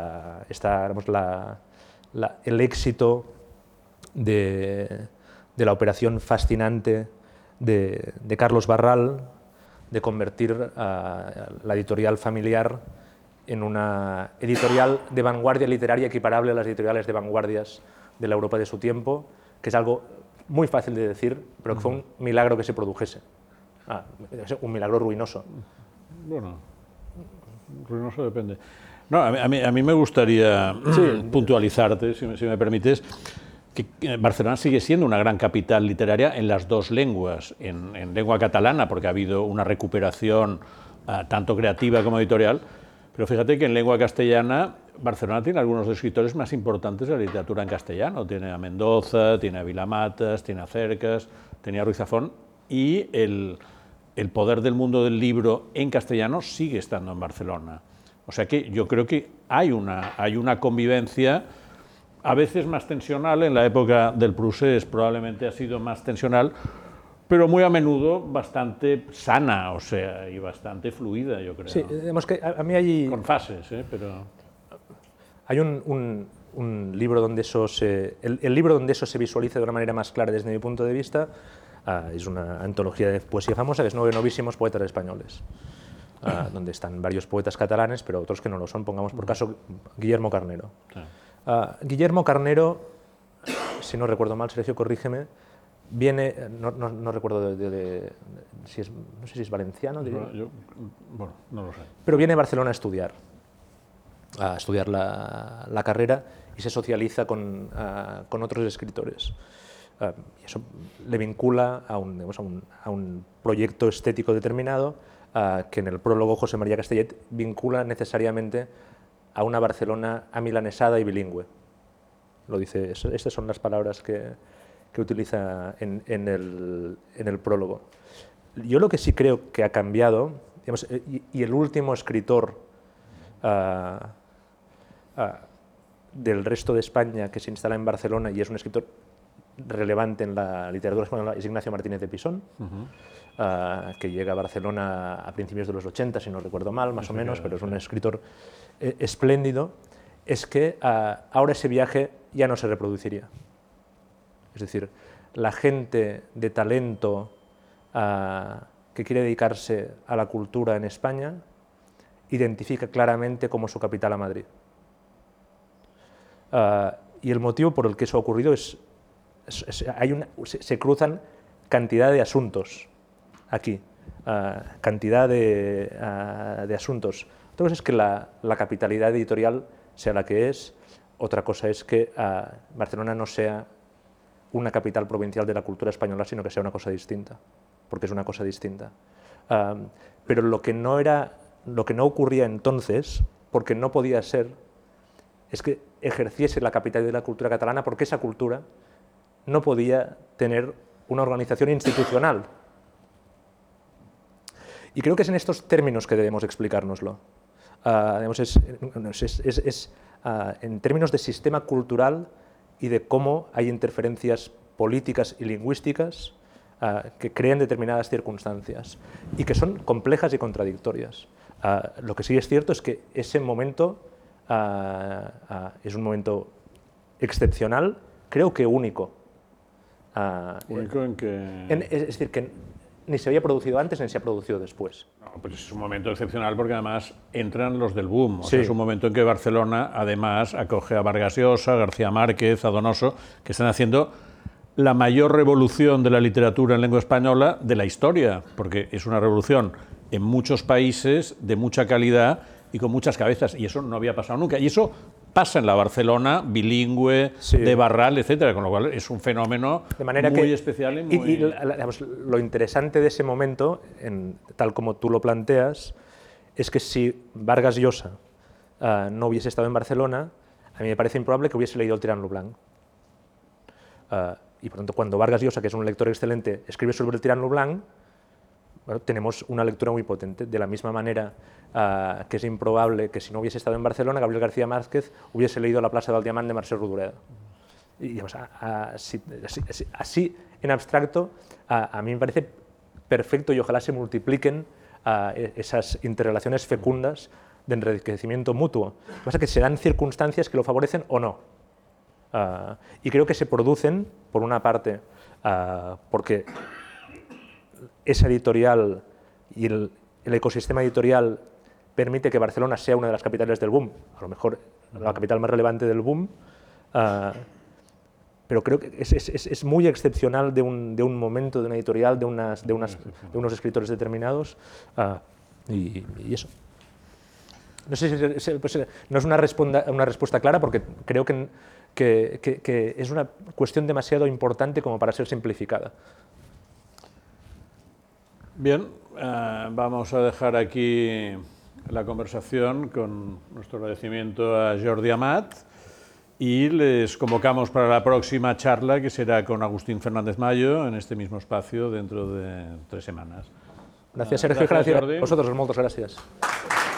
el éxito de la operación fascinante de Carlos Barral de convertir la editorial familiar en una editorial de vanguardia literaria equiparable a las editoriales de vanguardias de la Europa de su tiempo, que es algo muy fácil de decir, pero que fue un milagro que se produjese. Un milagro ruinoso. Bueno, ruinoso depende. No, a mí me gustaría puntualizarte, si me permites, que Barcelona sigue siendo una gran capital literaria en las dos lenguas, en lengua catalana, porque ha habido una recuperación tanto creativa como editorial, pero fíjate que en lengua castellana Barcelona tiene algunos de los escritores más importantes de la literatura en castellano. Tiene a Mendoza, tiene a Vilamatas, tiene a Cercas, tiene a Ruiz Zafón, y el poder del mundo del libro en castellano sigue estando en Barcelona. O sea que yo creo que hay una convivencia, a veces más tensional. En la época del Procés probablemente ha sido más tensional, pero muy a menudo bastante sana, o sea, y bastante fluida, yo creo. Sí, digamos que a mí hay... Con fases, pero... Hay un libro donde eso el libro donde eso se visualiza de una manera más clara desde mi punto de vista, es una antología de poesía famosa, que es Nueve novísimos poetas españoles, donde están varios poetas catalanes, pero otros que no lo son. Pongamos por caso Guillermo Carnero. Guillermo Carnero, si no recuerdo mal, Sergio, corrígeme, viene, no recuerdo si es, no sé si es valenciano, diría. Bueno, no lo sé. Pero viene a Barcelona a estudiar la carrera y se socializa con otros escritores. Y eso le vincula a un proyecto estético determinado, que en el prólogo José María Castellet vincula necesariamente a una Barcelona amilanesada y bilingüe. Lo dice, estas son las palabras que utiliza en el prólogo. Yo lo que sí creo que ha cambiado, digamos, y el último escritor del resto de España que se instala en Barcelona y es un escritor relevante en la literatura española es Ignacio Martínez de Pisón, que llega a Barcelona a principios de los 80, si no recuerdo mal, más o menos, pero es un escritor espléndido. Es que ahora ese viaje ya no se reproduciría. Es decir, la gente de talento que quiere dedicarse a la cultura en España identifica claramente como su capital a Madrid. Y el motivo por el que eso ha ocurrido es se cruzan cantidad de asuntos aquí, cantidad de asuntos. Otra cosa es que la capitalidad editorial sea la que es, otra cosa es que Barcelona no sea una capital provincial de la cultura española, sino que sea una cosa distinta, porque es una cosa distinta. Pero lo que no ocurría entonces, porque no podía ser, es que ejerciese la capitalidad de la cultura catalana, porque esa cultura no podía tener una organización institucional. Y creo que es en estos términos que debemos explicárnoslo. En términos de sistema cultural y de cómo hay interferencias políticas y lingüísticas que crean determinadas circunstancias y que son complejas y contradictorias. Lo que sí es cierto es que ese momento es un momento excepcional, creo que único. ¿Único en que...? Es decir, que ni se había producido antes ni se ha producido después. No, pues es un momento excepcional porque además entran los del boom. O Sí. sea, es un momento en que Barcelona además acoge a Vargas Llosa, García Márquez, a Donoso, que están haciendo la mayor revolución de la literatura en lengua española de la historia, porque es una revolución en muchos países de mucha calidad y con muchas cabezas, y eso no había pasado nunca. Y eso pasa en la Barcelona bilingüe, Sí. de Barral, etcétera, con lo cual es un fenómeno De manera muy que, especial y muy... digamos, lo interesante de ese momento, tal como tú lo planteas, es que si Vargas Llosa no hubiese estado en Barcelona, a mí me parece improbable que hubiese leído el Tirant lo Blanc. Y por tanto, cuando Vargas Llosa, que es un lector excelente, escribe sobre el Tirant lo Blanc, bueno, tenemos una lectura muy potente. De la misma manera que es improbable que si no hubiese estado en Barcelona, Gabriel García Márquez hubiese leído La plaça del Diamant de Mercè Rodoreda. Y digamos, así en abstracto, a mí me parece perfecto y ojalá se multipliquen esas interrelaciones fecundas de enriquecimiento mutuo. Lo que pasa es que se dan circunstancias que lo favorecen o no. Y creo que se producen, por una parte, porque esa editorial y el ecosistema editorial permite que Barcelona sea una de las capitales del boom, a lo mejor la capital más relevante del boom, pero creo que es muy excepcional de un momento, de una editorial, de unos escritores determinados, y eso. No sé si pues, no es una respuesta clara, porque creo que es una cuestión demasiado importante como para ser simplificada. Bien, vamos a dejar aquí la conversación con nuestro agradecimiento a Jordi Amat y les convocamos para la próxima charla, que será con Agustín Fernández Mayo en este mismo espacio dentro de 3 semanas. Gracias, Sergio. Gracias Jordi. a vosotros. Moltes gràcies.